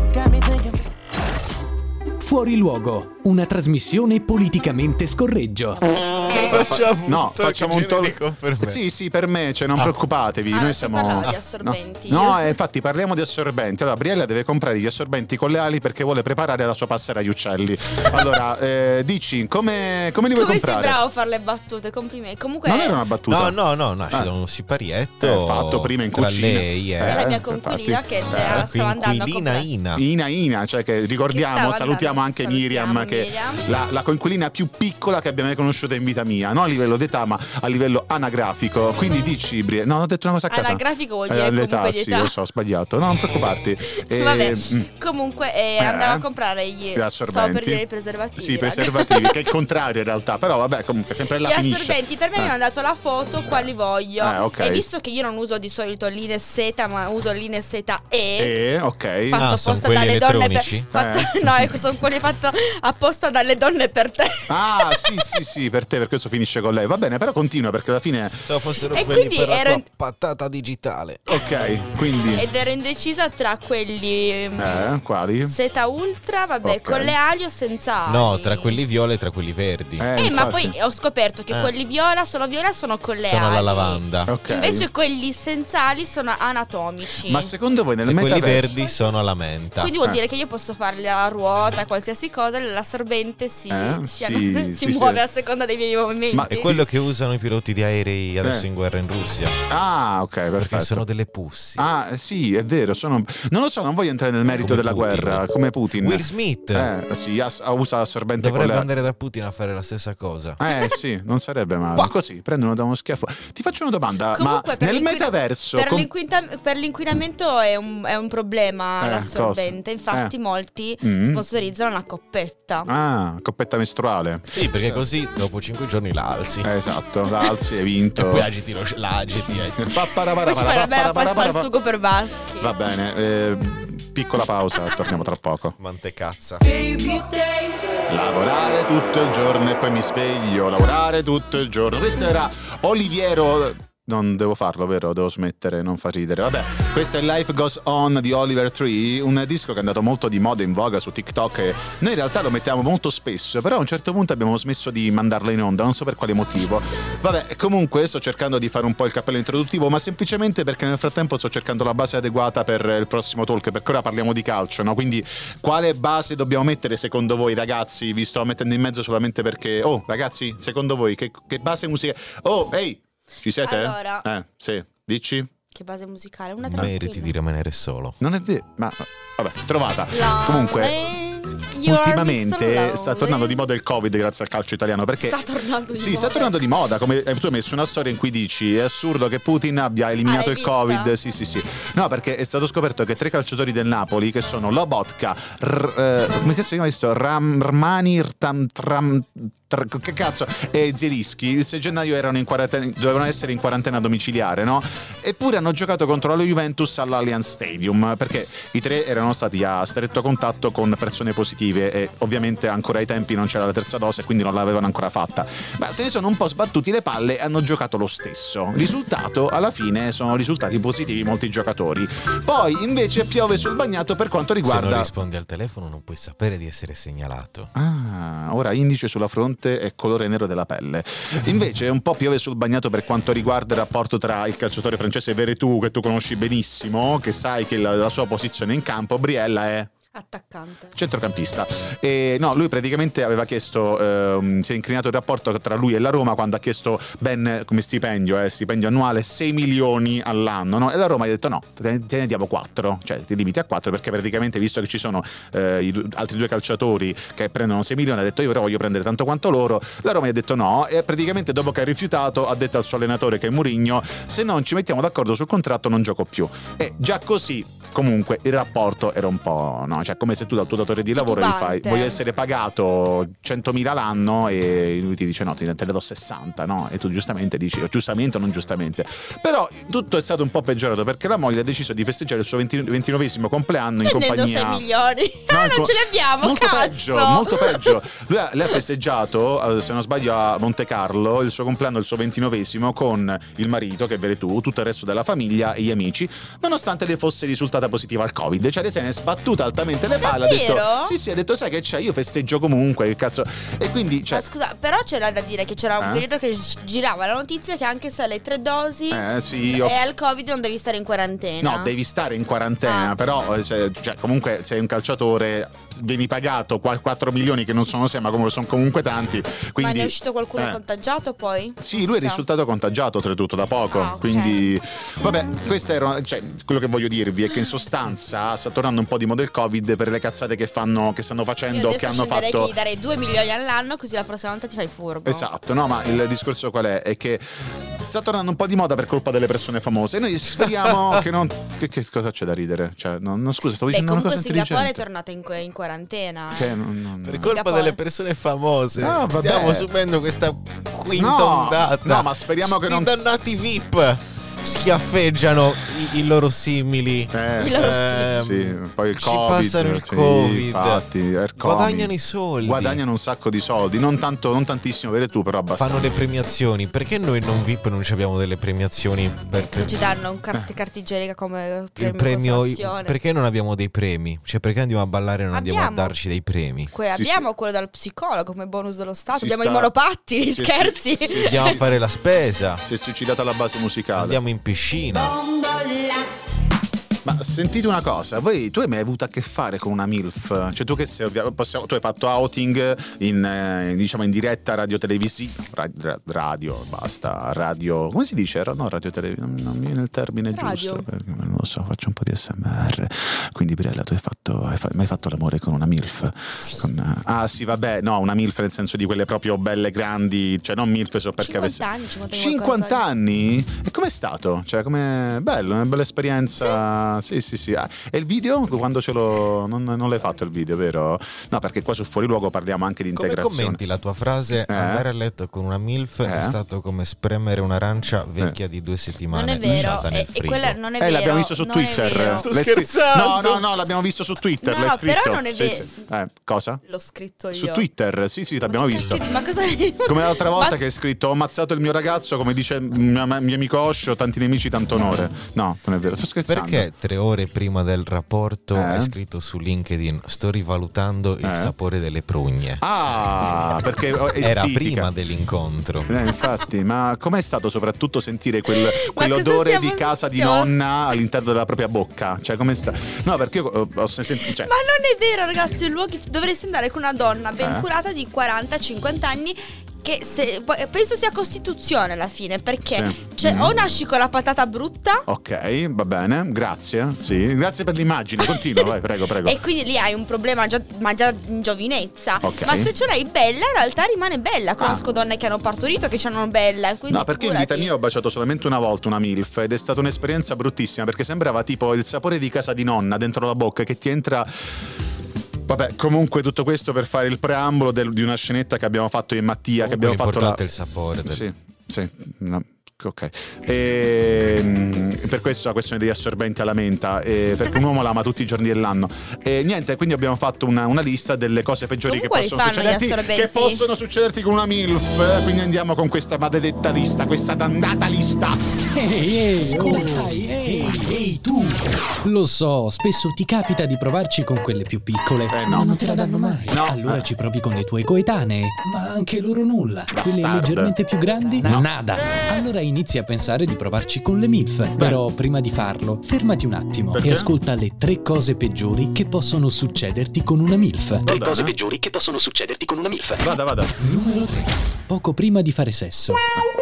[SPEAKER 1] Fuori luogo, una trasmissione politicamente scorreggio.
[SPEAKER 4] Facciamo
[SPEAKER 2] No,
[SPEAKER 4] un talk
[SPEAKER 2] facciamo un
[SPEAKER 4] generico
[SPEAKER 2] talk
[SPEAKER 4] per me.
[SPEAKER 2] Sì, sì, per me, cioè non preoccupatevi,
[SPEAKER 3] Ah,
[SPEAKER 2] noi
[SPEAKER 3] non si
[SPEAKER 2] siamo
[SPEAKER 3] parlava di
[SPEAKER 2] no.
[SPEAKER 3] assorbenti.
[SPEAKER 2] No, eh, infatti parliamo di assorbenti. Allora, Briella deve comprare gli assorbenti con le ali perché vuole preparare la sua passera agli uccelli. Allora, eh, dici, come, come li vuoi
[SPEAKER 3] Come sei
[SPEAKER 2] comprare?
[SPEAKER 3] bravo a fare le battute, complimenti. Comunque
[SPEAKER 2] Non era una battuta.
[SPEAKER 4] No, no, no, nasce
[SPEAKER 2] Ah.
[SPEAKER 4] da un siparietto
[SPEAKER 2] Eh, fatto prima in
[SPEAKER 4] tra
[SPEAKER 2] cucina.
[SPEAKER 4] lei e
[SPEAKER 2] Eh,
[SPEAKER 3] la mia
[SPEAKER 2] infatti.
[SPEAKER 3] conquilina che
[SPEAKER 2] Eh,
[SPEAKER 3] era- stava andando a
[SPEAKER 4] Coinquilina
[SPEAKER 3] comprare.
[SPEAKER 4] Ina.
[SPEAKER 2] Ina Ina, cioè che ricordiamo,
[SPEAKER 3] Che stava
[SPEAKER 2] salutiamo
[SPEAKER 3] andando-
[SPEAKER 2] anche Miriam,
[SPEAKER 3] salutiamo
[SPEAKER 2] che
[SPEAKER 3] Miriam.
[SPEAKER 2] la, la coinquilina più piccola che abbia mai conosciuto in vita mia, non a livello d'età, ma a livello anagrafico. Quindi dici, Brie, no, ho detto una cosa a casa.
[SPEAKER 3] Anagrafico vuol
[SPEAKER 2] Eh,
[SPEAKER 3] dire
[SPEAKER 2] l'età,
[SPEAKER 3] comunque di
[SPEAKER 2] sì,
[SPEAKER 3] età.
[SPEAKER 2] lo so, ho sbagliato. No, non preoccuparti. Eh,
[SPEAKER 3] Vabbè,
[SPEAKER 2] mm.
[SPEAKER 3] comunque eh,
[SPEAKER 2] Eh,
[SPEAKER 3] andavo a comprare gli
[SPEAKER 2] gli assorbenti.
[SPEAKER 3] stavo per dire i preservativi.
[SPEAKER 2] Sì, i
[SPEAKER 3] raga.
[SPEAKER 2] preservativi, che è il contrario in realtà, però vabbè, comunque sempre là
[SPEAKER 3] Gli
[SPEAKER 2] finisce.
[SPEAKER 3] assorbenti per me
[SPEAKER 2] Eh.
[SPEAKER 3] mi hanno dato la foto quali voglio.
[SPEAKER 2] Eh, ok.
[SPEAKER 3] E visto che io non uso di solito linee Z, ma uso linee Z E,
[SPEAKER 2] Eh, ok.
[SPEAKER 3] fatto
[SPEAKER 4] Ah, sono
[SPEAKER 3] apposta
[SPEAKER 4] quelli
[SPEAKER 3] dalle donne per
[SPEAKER 4] elettronici?
[SPEAKER 3] fatto-
[SPEAKER 2] Eh.
[SPEAKER 3] no, ecco, sono quelli fatti apposta dalle donne per te.
[SPEAKER 2] Ah, sì, sì, sì, per te, per questo finisce con lei. Va bene, però continua perché alla fine
[SPEAKER 4] se fossero
[SPEAKER 3] E
[SPEAKER 4] quelli
[SPEAKER 3] quindi
[SPEAKER 4] per la
[SPEAKER 3] ero-
[SPEAKER 4] tua patata digitale.
[SPEAKER 2] ok, quindi
[SPEAKER 3] Ed ero indecisa tra quelli
[SPEAKER 2] eh, quali?
[SPEAKER 3] Seta Ultra, vabbè,
[SPEAKER 2] Ok.
[SPEAKER 3] con le ali o senza ali.
[SPEAKER 4] No, tra quelli viola e tra quelli verdi.
[SPEAKER 2] Eh,
[SPEAKER 3] Eh, ma
[SPEAKER 2] infatti.
[SPEAKER 3] poi ho scoperto che
[SPEAKER 4] Eh.
[SPEAKER 3] quelli viola sono viola sono con le
[SPEAKER 4] Sono
[SPEAKER 3] ali.
[SPEAKER 4] la lavanda.
[SPEAKER 2] Ok.
[SPEAKER 3] Invece quelli senza ali sono anatomici.
[SPEAKER 2] Ma secondo voi nel
[SPEAKER 4] E quelli
[SPEAKER 2] metaverso
[SPEAKER 4] verdi sono la menta.
[SPEAKER 3] Quindi vuol
[SPEAKER 2] Eh.
[SPEAKER 3] dire che io posso farli alla ruota, qualsiasi cosa, l'assorbente si,
[SPEAKER 2] Eh,
[SPEAKER 3] si,
[SPEAKER 2] sì,
[SPEAKER 3] si
[SPEAKER 2] sì,
[SPEAKER 3] muove
[SPEAKER 2] sì.
[SPEAKER 3] a seconda dei miei movimenti.
[SPEAKER 2] Ma
[SPEAKER 4] È quello che usano i piloti di aerei adesso
[SPEAKER 2] Eh.
[SPEAKER 4] in guerra in Russia.
[SPEAKER 2] Ah, ok,
[SPEAKER 4] Perché
[SPEAKER 2] perfetto.
[SPEAKER 4] sono delle pussi.
[SPEAKER 2] Ah, sì, è vero, sono non lo so, non voglio entrare nel merito
[SPEAKER 4] Come
[SPEAKER 2] della
[SPEAKER 4] Putin.
[SPEAKER 2] guerra, come Putin.
[SPEAKER 4] Will Smith
[SPEAKER 2] Eh, sì, as- usa assorbente
[SPEAKER 4] dovrebbe
[SPEAKER 2] con le
[SPEAKER 4] andare da Putin a fare la stessa cosa.
[SPEAKER 2] Eh sì, non sarebbe male. Così prendono da uno schiaffo. Ti faccio una domanda,
[SPEAKER 3] Comunque,
[SPEAKER 2] ma
[SPEAKER 3] per
[SPEAKER 2] nel
[SPEAKER 3] l'inquina-
[SPEAKER 2] metaverso
[SPEAKER 3] per,
[SPEAKER 2] com-
[SPEAKER 3] l'inquinta- per l'inquinamento è un, è un problema
[SPEAKER 2] Eh,
[SPEAKER 3] l'assorbente.
[SPEAKER 2] cosa?
[SPEAKER 3] Infatti
[SPEAKER 2] Eh.
[SPEAKER 3] molti
[SPEAKER 2] Mm.
[SPEAKER 3] sponsorizzano la coppetta.
[SPEAKER 2] Ah, coppetta mestruale.
[SPEAKER 4] Sì, perché così dopo cinque giorni la alzi.
[SPEAKER 2] Eh, esatto, la alzi, hai vinto.
[SPEAKER 4] E poi agiti lo la agiti. eh.
[SPEAKER 3] Poi ci fai una bella pasta al sugo per Vaschi.
[SPEAKER 2] Va bene, eh, piccola pausa, torniamo tra poco.
[SPEAKER 4] Mantecazza.
[SPEAKER 2] Lavorare tutto il giorno e poi mi sveglio, lavorare tutto il giorno. Questo era Oliviero. Non devo farlo, vero? Devo smettere, non fa ridere. Vabbè, questo è Life Goes On di Oliver Tree, un disco che è andato molto di moda in voga su TikTok e noi in realtà lo mettiamo molto spesso, però a un certo punto abbiamo smesso di mandarlo in onda, non so per quale motivo. Vabbè, comunque sto cercando di fare un po' il cappello introduttivo, ma semplicemente perché nel frattempo sto cercando la base adeguata per il prossimo talk, perché ora parliamo di calcio, no? Quindi quale base dobbiamo mettere secondo voi, ragazzi? Vi sto mettendo in mezzo solamente perché... Oh, ragazzi, secondo voi che, che base musicale... Oh, ehi! Ci siete?
[SPEAKER 3] Allora.
[SPEAKER 2] Eh, sì. Dici?
[SPEAKER 3] Che base musicale? Una tranquilla.
[SPEAKER 4] Meriti di rimanere solo.
[SPEAKER 2] Non è vero, ma vabbè, trovata.
[SPEAKER 3] Lonely,
[SPEAKER 2] Comunque,
[SPEAKER 3] you are
[SPEAKER 2] ultimamente
[SPEAKER 3] mister
[SPEAKER 2] sta
[SPEAKER 3] Lonely.
[SPEAKER 2] tornando di moda il Covid grazie al calcio italiano, perché
[SPEAKER 3] Sta tornando di
[SPEAKER 2] sì,
[SPEAKER 3] moda.
[SPEAKER 2] sta tornando di moda, come eh, tu hai messo una storia in cui dici è assurdo che Putin abbia eliminato
[SPEAKER 3] Ah,
[SPEAKER 2] il
[SPEAKER 3] l'hai
[SPEAKER 2] Covid.
[SPEAKER 3] vista?
[SPEAKER 2] Sì, sì, sì. No, perché è stato scoperto che tre calciatori del Napoli, che sono Lobotka, r- eh, come si chiama questo? Ram, Rmani, Rtam, Tram, tr- che cazzo? E Zielinski, il sei gennaio erano in quarantena, dovevano essere in quarantena domiciliare, no? Eppure hanno giocato contro la Juventus all'Allianz Stadium, perché i tre erano stati a stretto contatto con persone positive e ovviamente ancora ai tempi non c'era la terza dose, quindi non l'avevano ancora fatta. Ma se ne sono un po' sbattuti le palle e hanno giocato lo stesso. Risultato, alla fine sono risultati positivi molti giocatori. Poi invece piove sul bagnato per quanto
[SPEAKER 4] Se
[SPEAKER 2] riguarda...
[SPEAKER 4] non rispondi al telefono non puoi sapere di essere segnalato.
[SPEAKER 2] Ah, ora indice sulla fronte e colore nero della pelle. Invece un po' piove sul bagnato per quanto riguarda il rapporto tra il calciatore francese Veretout, che tu conosci benissimo, che sai che la, la sua posizione in campo, Briella, è...
[SPEAKER 3] Attaccante.
[SPEAKER 2] centrocampista. E no, lui praticamente aveva chiesto, ehm, si è inclinato il rapporto tra lui e la Roma quando ha chiesto ben come stipendio, eh, stipendio annuale sei milioni all'anno, no? E la Roma gli ha detto no, te, te ne diamo quattro, cioè ti limiti a quattro, perché praticamente visto che ci sono eh, i due, altri due calciatori che prendono sei milioni, ha detto io però voglio prendere tanto quanto loro. La Roma gli ha detto no e praticamente dopo che ha rifiutato ha detto al suo allenatore, che è Mourinho, se non ci mettiamo d'accordo sul contratto non gioco più. E già così comunque il rapporto era un po', no, cioè come se tu dal tuo datore di lavoro gli fai
[SPEAKER 3] Titubante.
[SPEAKER 2] voglio essere pagato centomila l'anno e lui ti dice no, te ne do sessanta, no? E tu giustamente dici, o giustamente o non giustamente. Però tutto è stato un po' peggiorato perché la moglie ha deciso di festeggiare il suo venti ventinovesimo compleanno in
[SPEAKER 3] Spendendo
[SPEAKER 2] compagnia
[SPEAKER 3] sei milioni.
[SPEAKER 2] No,
[SPEAKER 3] Ah,
[SPEAKER 2] ecco,
[SPEAKER 3] non ce li abbiamo,
[SPEAKER 2] molto
[SPEAKER 3] cazzo.
[SPEAKER 2] peggio, molto peggio. Lui ha, lei ha festeggiato, eh, se non sbaglio, a Monte Carlo il suo compleanno, il suo ventinovesimo, con il marito, che è Veretout, tutto il resto della famiglia e gli amici, nonostante le fosse risultata positiva al Covid. Cioè, lei se ne è sbattuta altamente le palle. Ha detto:
[SPEAKER 3] Davvero?
[SPEAKER 2] sì, sì, ha detto, sai che c'è, io festeggio comunque. Che cazzo. E quindi, cioè.
[SPEAKER 3] Ma scusa, però c'era da dire che c'era un
[SPEAKER 2] Eh?
[SPEAKER 3] periodo che girava la notizia che anche se hai le tre dosi
[SPEAKER 2] Eh, sì, io-
[SPEAKER 3] e al Covid non devi stare in quarantena.
[SPEAKER 2] No, devi stare in quarantena,
[SPEAKER 3] Ah.
[SPEAKER 2] però eh, cioè, cioè, comunque sei un calciatore, vieni pagato qua- quattro milioni che non sono sei, ma comunque sono comunque tanti. Quindi,
[SPEAKER 3] Ma ne è uscito qualcuno
[SPEAKER 2] eh.
[SPEAKER 3] contagiato poi?
[SPEAKER 2] Sì,
[SPEAKER 3] Non
[SPEAKER 2] lui è
[SPEAKER 3] si sa.
[SPEAKER 2] risultato contagiato oltretutto da poco,
[SPEAKER 3] Ah, ok.
[SPEAKER 2] quindi vabbè, questo era, cioè, quello che voglio dirvi è che in sostanza sta tornando un po' di moda il Covid per le cazzate che fanno, che stanno
[SPEAKER 3] Io
[SPEAKER 2] facendo,
[SPEAKER 3] adesso
[SPEAKER 2] che hanno
[SPEAKER 3] scenderei
[SPEAKER 2] fatto.
[SPEAKER 3] che gli darei due milioni all'anno così la prossima volta ti fai furbo.
[SPEAKER 2] Esatto, no, ma il discorso qual è? È che sta tornando un po' di moda per colpa delle persone famose e noi speriamo che non... Che, che cosa c'è da ridere? Cioè, no, no, scusa, stavo
[SPEAKER 3] Beh,
[SPEAKER 2] dicendo una cosa
[SPEAKER 3] comunque Singapore è
[SPEAKER 2] intelligente.
[SPEAKER 3] tornata in, in quarantena. eh.
[SPEAKER 2] Che non- non-
[SPEAKER 4] Per colpa
[SPEAKER 3] Singapore.
[SPEAKER 4] delle persone famose.
[SPEAKER 2] No, vabbè.
[SPEAKER 4] Stiamo subendo questa quinta
[SPEAKER 2] No,
[SPEAKER 4] ondata.
[SPEAKER 2] no, ma speriamo che
[SPEAKER 4] Sti
[SPEAKER 2] non-
[SPEAKER 4] dannati V I P. schiaffeggiano i, i loro simili.
[SPEAKER 2] Eh,
[SPEAKER 3] I loro
[SPEAKER 2] eh, sì. Poi il
[SPEAKER 4] Ci
[SPEAKER 2] Covid,
[SPEAKER 4] passano il
[SPEAKER 2] sì,
[SPEAKER 4] Covid.
[SPEAKER 2] infatti, Aircomi.
[SPEAKER 4] Guadagnano i soldi.
[SPEAKER 2] Guadagnano un sacco di soldi, non tanto, non tantissimo per tu, però abbastanza.
[SPEAKER 4] Fanno le premiazioni. Perché noi non V I P non ci abbiamo delle premiazioni? Per,
[SPEAKER 3] Se ci danno un cart- carta igienica come premio,
[SPEAKER 4] il premio,
[SPEAKER 3] consolazione.
[SPEAKER 4] perché non abbiamo dei premi? Cioè, perché andiamo a ballare e non andiamo
[SPEAKER 3] Abbiamo.
[SPEAKER 4] a darci dei premi?
[SPEAKER 3] Que-
[SPEAKER 2] Sì,
[SPEAKER 3] abbiamo
[SPEAKER 2] sì.
[SPEAKER 3] quello dal psicologo come bonus dello Stato.
[SPEAKER 2] Si
[SPEAKER 3] abbiamo
[SPEAKER 2] sta-
[SPEAKER 3] i monopattini,
[SPEAKER 2] Sì, sì,
[SPEAKER 3] scherzi.
[SPEAKER 2] sì, sì.
[SPEAKER 4] Andiamo a fare la spesa.
[SPEAKER 2] Si è suicidata la base musicale.
[SPEAKER 4] Andiamo in piscina.
[SPEAKER 2] Ma sentite una cosa, voi tu hai mai avuto a che fare con una MILF? Cioè tu che sei ovvia- possiamo, tu hai fatto outing in eh, diciamo in diretta radio televisiva radio, radio basta radio come si dice? No, radio televisiva non, non mi viene il termine
[SPEAKER 3] Radio.
[SPEAKER 2] giusto perché non lo so, faccio un po' di S M R. Quindi Birella, tu hai fatto hai fa- mai fatto l'amore con una MILF?
[SPEAKER 3] Sì.
[SPEAKER 2] Con, ah sì vabbè, no, una MILF nel senso di quelle proprio belle grandi, cioè non MILF so perché
[SPEAKER 3] cinquanta
[SPEAKER 2] avesse
[SPEAKER 3] anni, cinquanta
[SPEAKER 2] cinquanta anni? E com'è stato? Cioè come bello, una bella esperienza. Sì, sì, sì. Ah, e il video quando ce lo non, non l'hai fatto il video, vero? No, perché qua su Fuori Luogo parliamo anche di
[SPEAKER 4] Come
[SPEAKER 2] integrazione.
[SPEAKER 4] commenti la tua frase?
[SPEAKER 2] Eh?
[SPEAKER 4] Andare a letto con una MILF
[SPEAKER 2] Eh?
[SPEAKER 4] è stato come spremere un'arancia vecchia di due settimane
[SPEAKER 3] Non è vero,
[SPEAKER 4] lasciata nel
[SPEAKER 3] e, e
[SPEAKER 4] frigo.
[SPEAKER 3] quella non è
[SPEAKER 2] Eh,
[SPEAKER 3] vero.
[SPEAKER 2] l'abbiamo visto su
[SPEAKER 3] non è
[SPEAKER 2] Twitter.
[SPEAKER 3] vero.
[SPEAKER 4] Sto
[SPEAKER 2] L'hai scritto-
[SPEAKER 4] scherzando.
[SPEAKER 2] No, no, no, l'abbiamo visto su Twitter.
[SPEAKER 3] No,
[SPEAKER 2] l'hai
[SPEAKER 3] no,
[SPEAKER 2] scritto.
[SPEAKER 3] però non è
[SPEAKER 2] Sì,
[SPEAKER 3] vero.
[SPEAKER 2] sì. Eh, cosa?
[SPEAKER 3] L'ho scritto io.
[SPEAKER 2] Su Twitter, sì, sì, l'abbiamo
[SPEAKER 3] Ma che
[SPEAKER 2] visto.
[SPEAKER 3] cacchio di- Ma cosa
[SPEAKER 2] Come l'altra volta
[SPEAKER 3] Ma-
[SPEAKER 2] che hai scritto: ho ammazzato il mio ragazzo, come dice il mio, mio amico Osho, tanti nemici, tanto onore. No, non è vero, sto scherzando.
[SPEAKER 4] Perché tre ore prima del rapporto
[SPEAKER 2] Eh?
[SPEAKER 4] hai scritto su LinkedIn sto rivalutando il
[SPEAKER 2] Eh?
[SPEAKER 4] sapore delle prugne?
[SPEAKER 2] Ah, perché
[SPEAKER 4] Era
[SPEAKER 2] estetica.
[SPEAKER 4] prima dell'incontro.
[SPEAKER 2] Eh, infatti, ma com'è stato soprattutto sentire quel, quell'odore
[SPEAKER 3] cosa
[SPEAKER 2] di
[SPEAKER 3] siamo-
[SPEAKER 2] casa di
[SPEAKER 3] siamo-
[SPEAKER 2] nonna all'interno della propria bocca? Cioè, come sta? No, perché io ho, ho sentito. Cioè,
[SPEAKER 3] Ma non è vero, ragazzi, luoghi dovreste andare con una donna ben
[SPEAKER 2] Eh?
[SPEAKER 3] curata di quaranta cinquanta anni che se, poi- penso sia Costituzione alla fine, perché
[SPEAKER 2] Sì.
[SPEAKER 3] cioè,
[SPEAKER 2] Mm.
[SPEAKER 3] o nasci con la patata brutta
[SPEAKER 2] ok, va bene, grazie. Sì, grazie per l'immagine. Continua, vai, prego, prego.
[SPEAKER 3] e quindi lì hai un problema già, ma già in giovinezza.
[SPEAKER 2] Ok.
[SPEAKER 3] Ma se ce l'hai bella, in realtà rimane bella. Conosco
[SPEAKER 2] Ah.
[SPEAKER 3] donne che hanno partorito che ci hanno bella. Quindi
[SPEAKER 2] No, perché in vita
[SPEAKER 3] figurati.
[SPEAKER 2] mia ho baciato solamente una volta una MILF ed è stata un'esperienza bruttissima perché sembrava tipo il sapore di casa di nonna dentro la bocca che ti entra. Vabbè, comunque tutto questo per fare il preambolo del- di una scenetta che abbiamo fatto io e Mattia, che abbiamo fatto la...
[SPEAKER 4] L'importante è il sapore del...
[SPEAKER 2] Sì, sì, no, ok. E, mm, per questo la questione degli assorbenti alla menta, eh, perché un uomo la ama tutti i giorni dell'anno. E niente, quindi abbiamo fatto una, una lista delle cose peggiori
[SPEAKER 3] Comunque
[SPEAKER 2] che
[SPEAKER 3] li
[SPEAKER 2] possono
[SPEAKER 3] fanno gli
[SPEAKER 2] succederti,
[SPEAKER 3] assorbenti.
[SPEAKER 2] che possono succederti con una MILF. eh, Quindi andiamo con questa maledetta lista, questa dannata lista.
[SPEAKER 1] Ehi, ehi, come fai? Ehi, ehi, tu! Lo so, spesso ti capita di provarci con quelle più piccole,
[SPEAKER 2] Eh, no.
[SPEAKER 1] ma non te la danno mai.
[SPEAKER 2] No.
[SPEAKER 1] Allora
[SPEAKER 2] Eh.
[SPEAKER 1] ci provi con le tue coetanee, ma anche loro nulla. Quelle
[SPEAKER 2] Bastard.
[SPEAKER 1] leggermente più grandi?
[SPEAKER 2] No.
[SPEAKER 1] Nada. Allora inizi a pensare di provarci con le MILF. Però prima di farlo, fermati un attimo
[SPEAKER 2] Perché?
[SPEAKER 1] e ascolta le tre cose peggiori che possono succederti con una MILF.
[SPEAKER 2] Tre
[SPEAKER 6] Cose peggiori che possono succederti con una MILF.
[SPEAKER 2] Vada, vada.
[SPEAKER 1] Numero tre. Poco prima di fare sesso.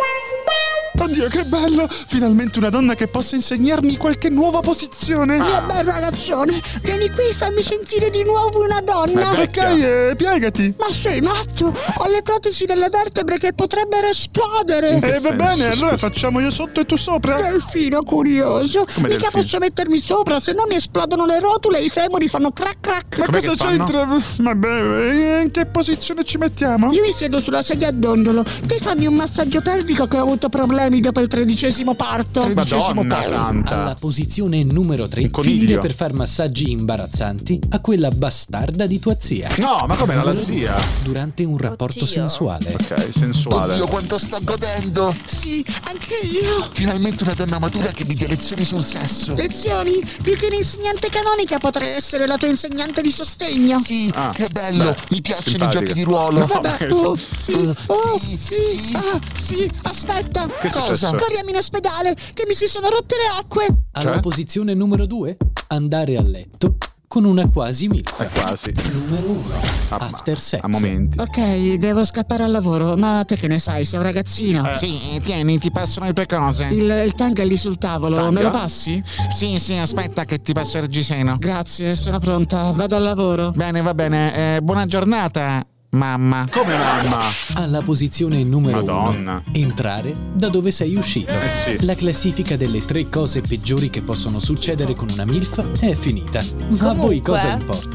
[SPEAKER 9] Oddio, che bello! Finalmente una donna che possa insegnarmi qualche nuova posizione.
[SPEAKER 8] Mia bella ragazzone, vieni qui, fammi sentire di nuovo una donna.
[SPEAKER 2] Ma
[SPEAKER 9] Ok, eh, piegati.
[SPEAKER 8] Ma sei matto? Ho le protesi delle vertebre che potrebbero esplodere.
[SPEAKER 2] In che
[SPEAKER 9] Eh, va
[SPEAKER 2] senso,
[SPEAKER 9] bene, allora
[SPEAKER 2] scusa?
[SPEAKER 9] facciamo io sotto e tu sopra.
[SPEAKER 8] Delfino curioso.
[SPEAKER 2] Come
[SPEAKER 8] Mica
[SPEAKER 2] delfino?
[SPEAKER 8] posso mettermi sopra, se no mi esplodono le rotule e i femori fanno crack crack.
[SPEAKER 9] Ma
[SPEAKER 2] Com'è
[SPEAKER 9] cosa
[SPEAKER 2] che fanno?
[SPEAKER 9] c'entra? Vabbè, in che posizione ci mettiamo?
[SPEAKER 8] Io mi siedo sulla sedia a dondolo. Te fammi un massaggio pelvico che ho avuto problemi dopo il tredicesimo parto.
[SPEAKER 9] Tredicesimo
[SPEAKER 2] Madonna
[SPEAKER 9] parto.
[SPEAKER 2] santa.
[SPEAKER 1] Alla posizione numero tre,
[SPEAKER 2] Un coniglio.
[SPEAKER 1] finire per far massaggi imbarazzanti a quella bastarda di tua zia.
[SPEAKER 2] No, ma com'era la zia?
[SPEAKER 1] Durante un rapporto
[SPEAKER 3] Oddio.
[SPEAKER 1] sensuale.
[SPEAKER 2] Ok, sensuale.
[SPEAKER 11] Oddio, quanto sto godendo!
[SPEAKER 8] Sì, anche io.
[SPEAKER 11] Finalmente una donna matura che mi dia lezioni sul sesso.
[SPEAKER 8] Lezioni? Più che un'insegnante canonica potrei essere la tua insegnante di sostegno.
[SPEAKER 11] Sì,
[SPEAKER 2] Ah,
[SPEAKER 11] che bello!
[SPEAKER 2] beh,
[SPEAKER 11] mi piacciono i
[SPEAKER 2] simpatica.
[SPEAKER 11] giochi di ruolo.
[SPEAKER 2] No,
[SPEAKER 8] Vabbè,
[SPEAKER 2] che-
[SPEAKER 8] oh, sì, oh,
[SPEAKER 11] Sì,
[SPEAKER 8] sì,
[SPEAKER 11] sì.
[SPEAKER 8] ah, sì, aspetta.
[SPEAKER 2] Che è successo?
[SPEAKER 8] Corriamo in ospedale, che mi si sono rotte le acque.
[SPEAKER 1] Alla
[SPEAKER 2] Cioè?
[SPEAKER 1] posizione numero due, andare a letto con una quasi MILF.
[SPEAKER 2] È quasi.
[SPEAKER 1] Numero uno,
[SPEAKER 2] A,
[SPEAKER 1] after sex.
[SPEAKER 2] a momenti.
[SPEAKER 8] Ok, devo scappare al lavoro, ma te che ne sai, sei un ragazzino.
[SPEAKER 11] Sì, tieni, ti passano le tue cose.
[SPEAKER 8] Il, il tanga è lì sul tavolo,
[SPEAKER 2] Tanga?
[SPEAKER 8] me lo passi?
[SPEAKER 11] Sì, sì, aspetta che ti passo il reggiseno.
[SPEAKER 8] Grazie, sono pronta, vado al lavoro.
[SPEAKER 11] Bene, va bene. Eh, buona giornata, mamma.
[SPEAKER 2] Come mamma?
[SPEAKER 1] Alla posizione numero
[SPEAKER 2] Madonna.
[SPEAKER 1] uno, entrare da dove sei uscito.
[SPEAKER 2] Eh sì.
[SPEAKER 1] La classifica delle tre cose peggiori che possono succedere con una MILF è finita. Ma a voi
[SPEAKER 3] Comunque-
[SPEAKER 1] cosa importa?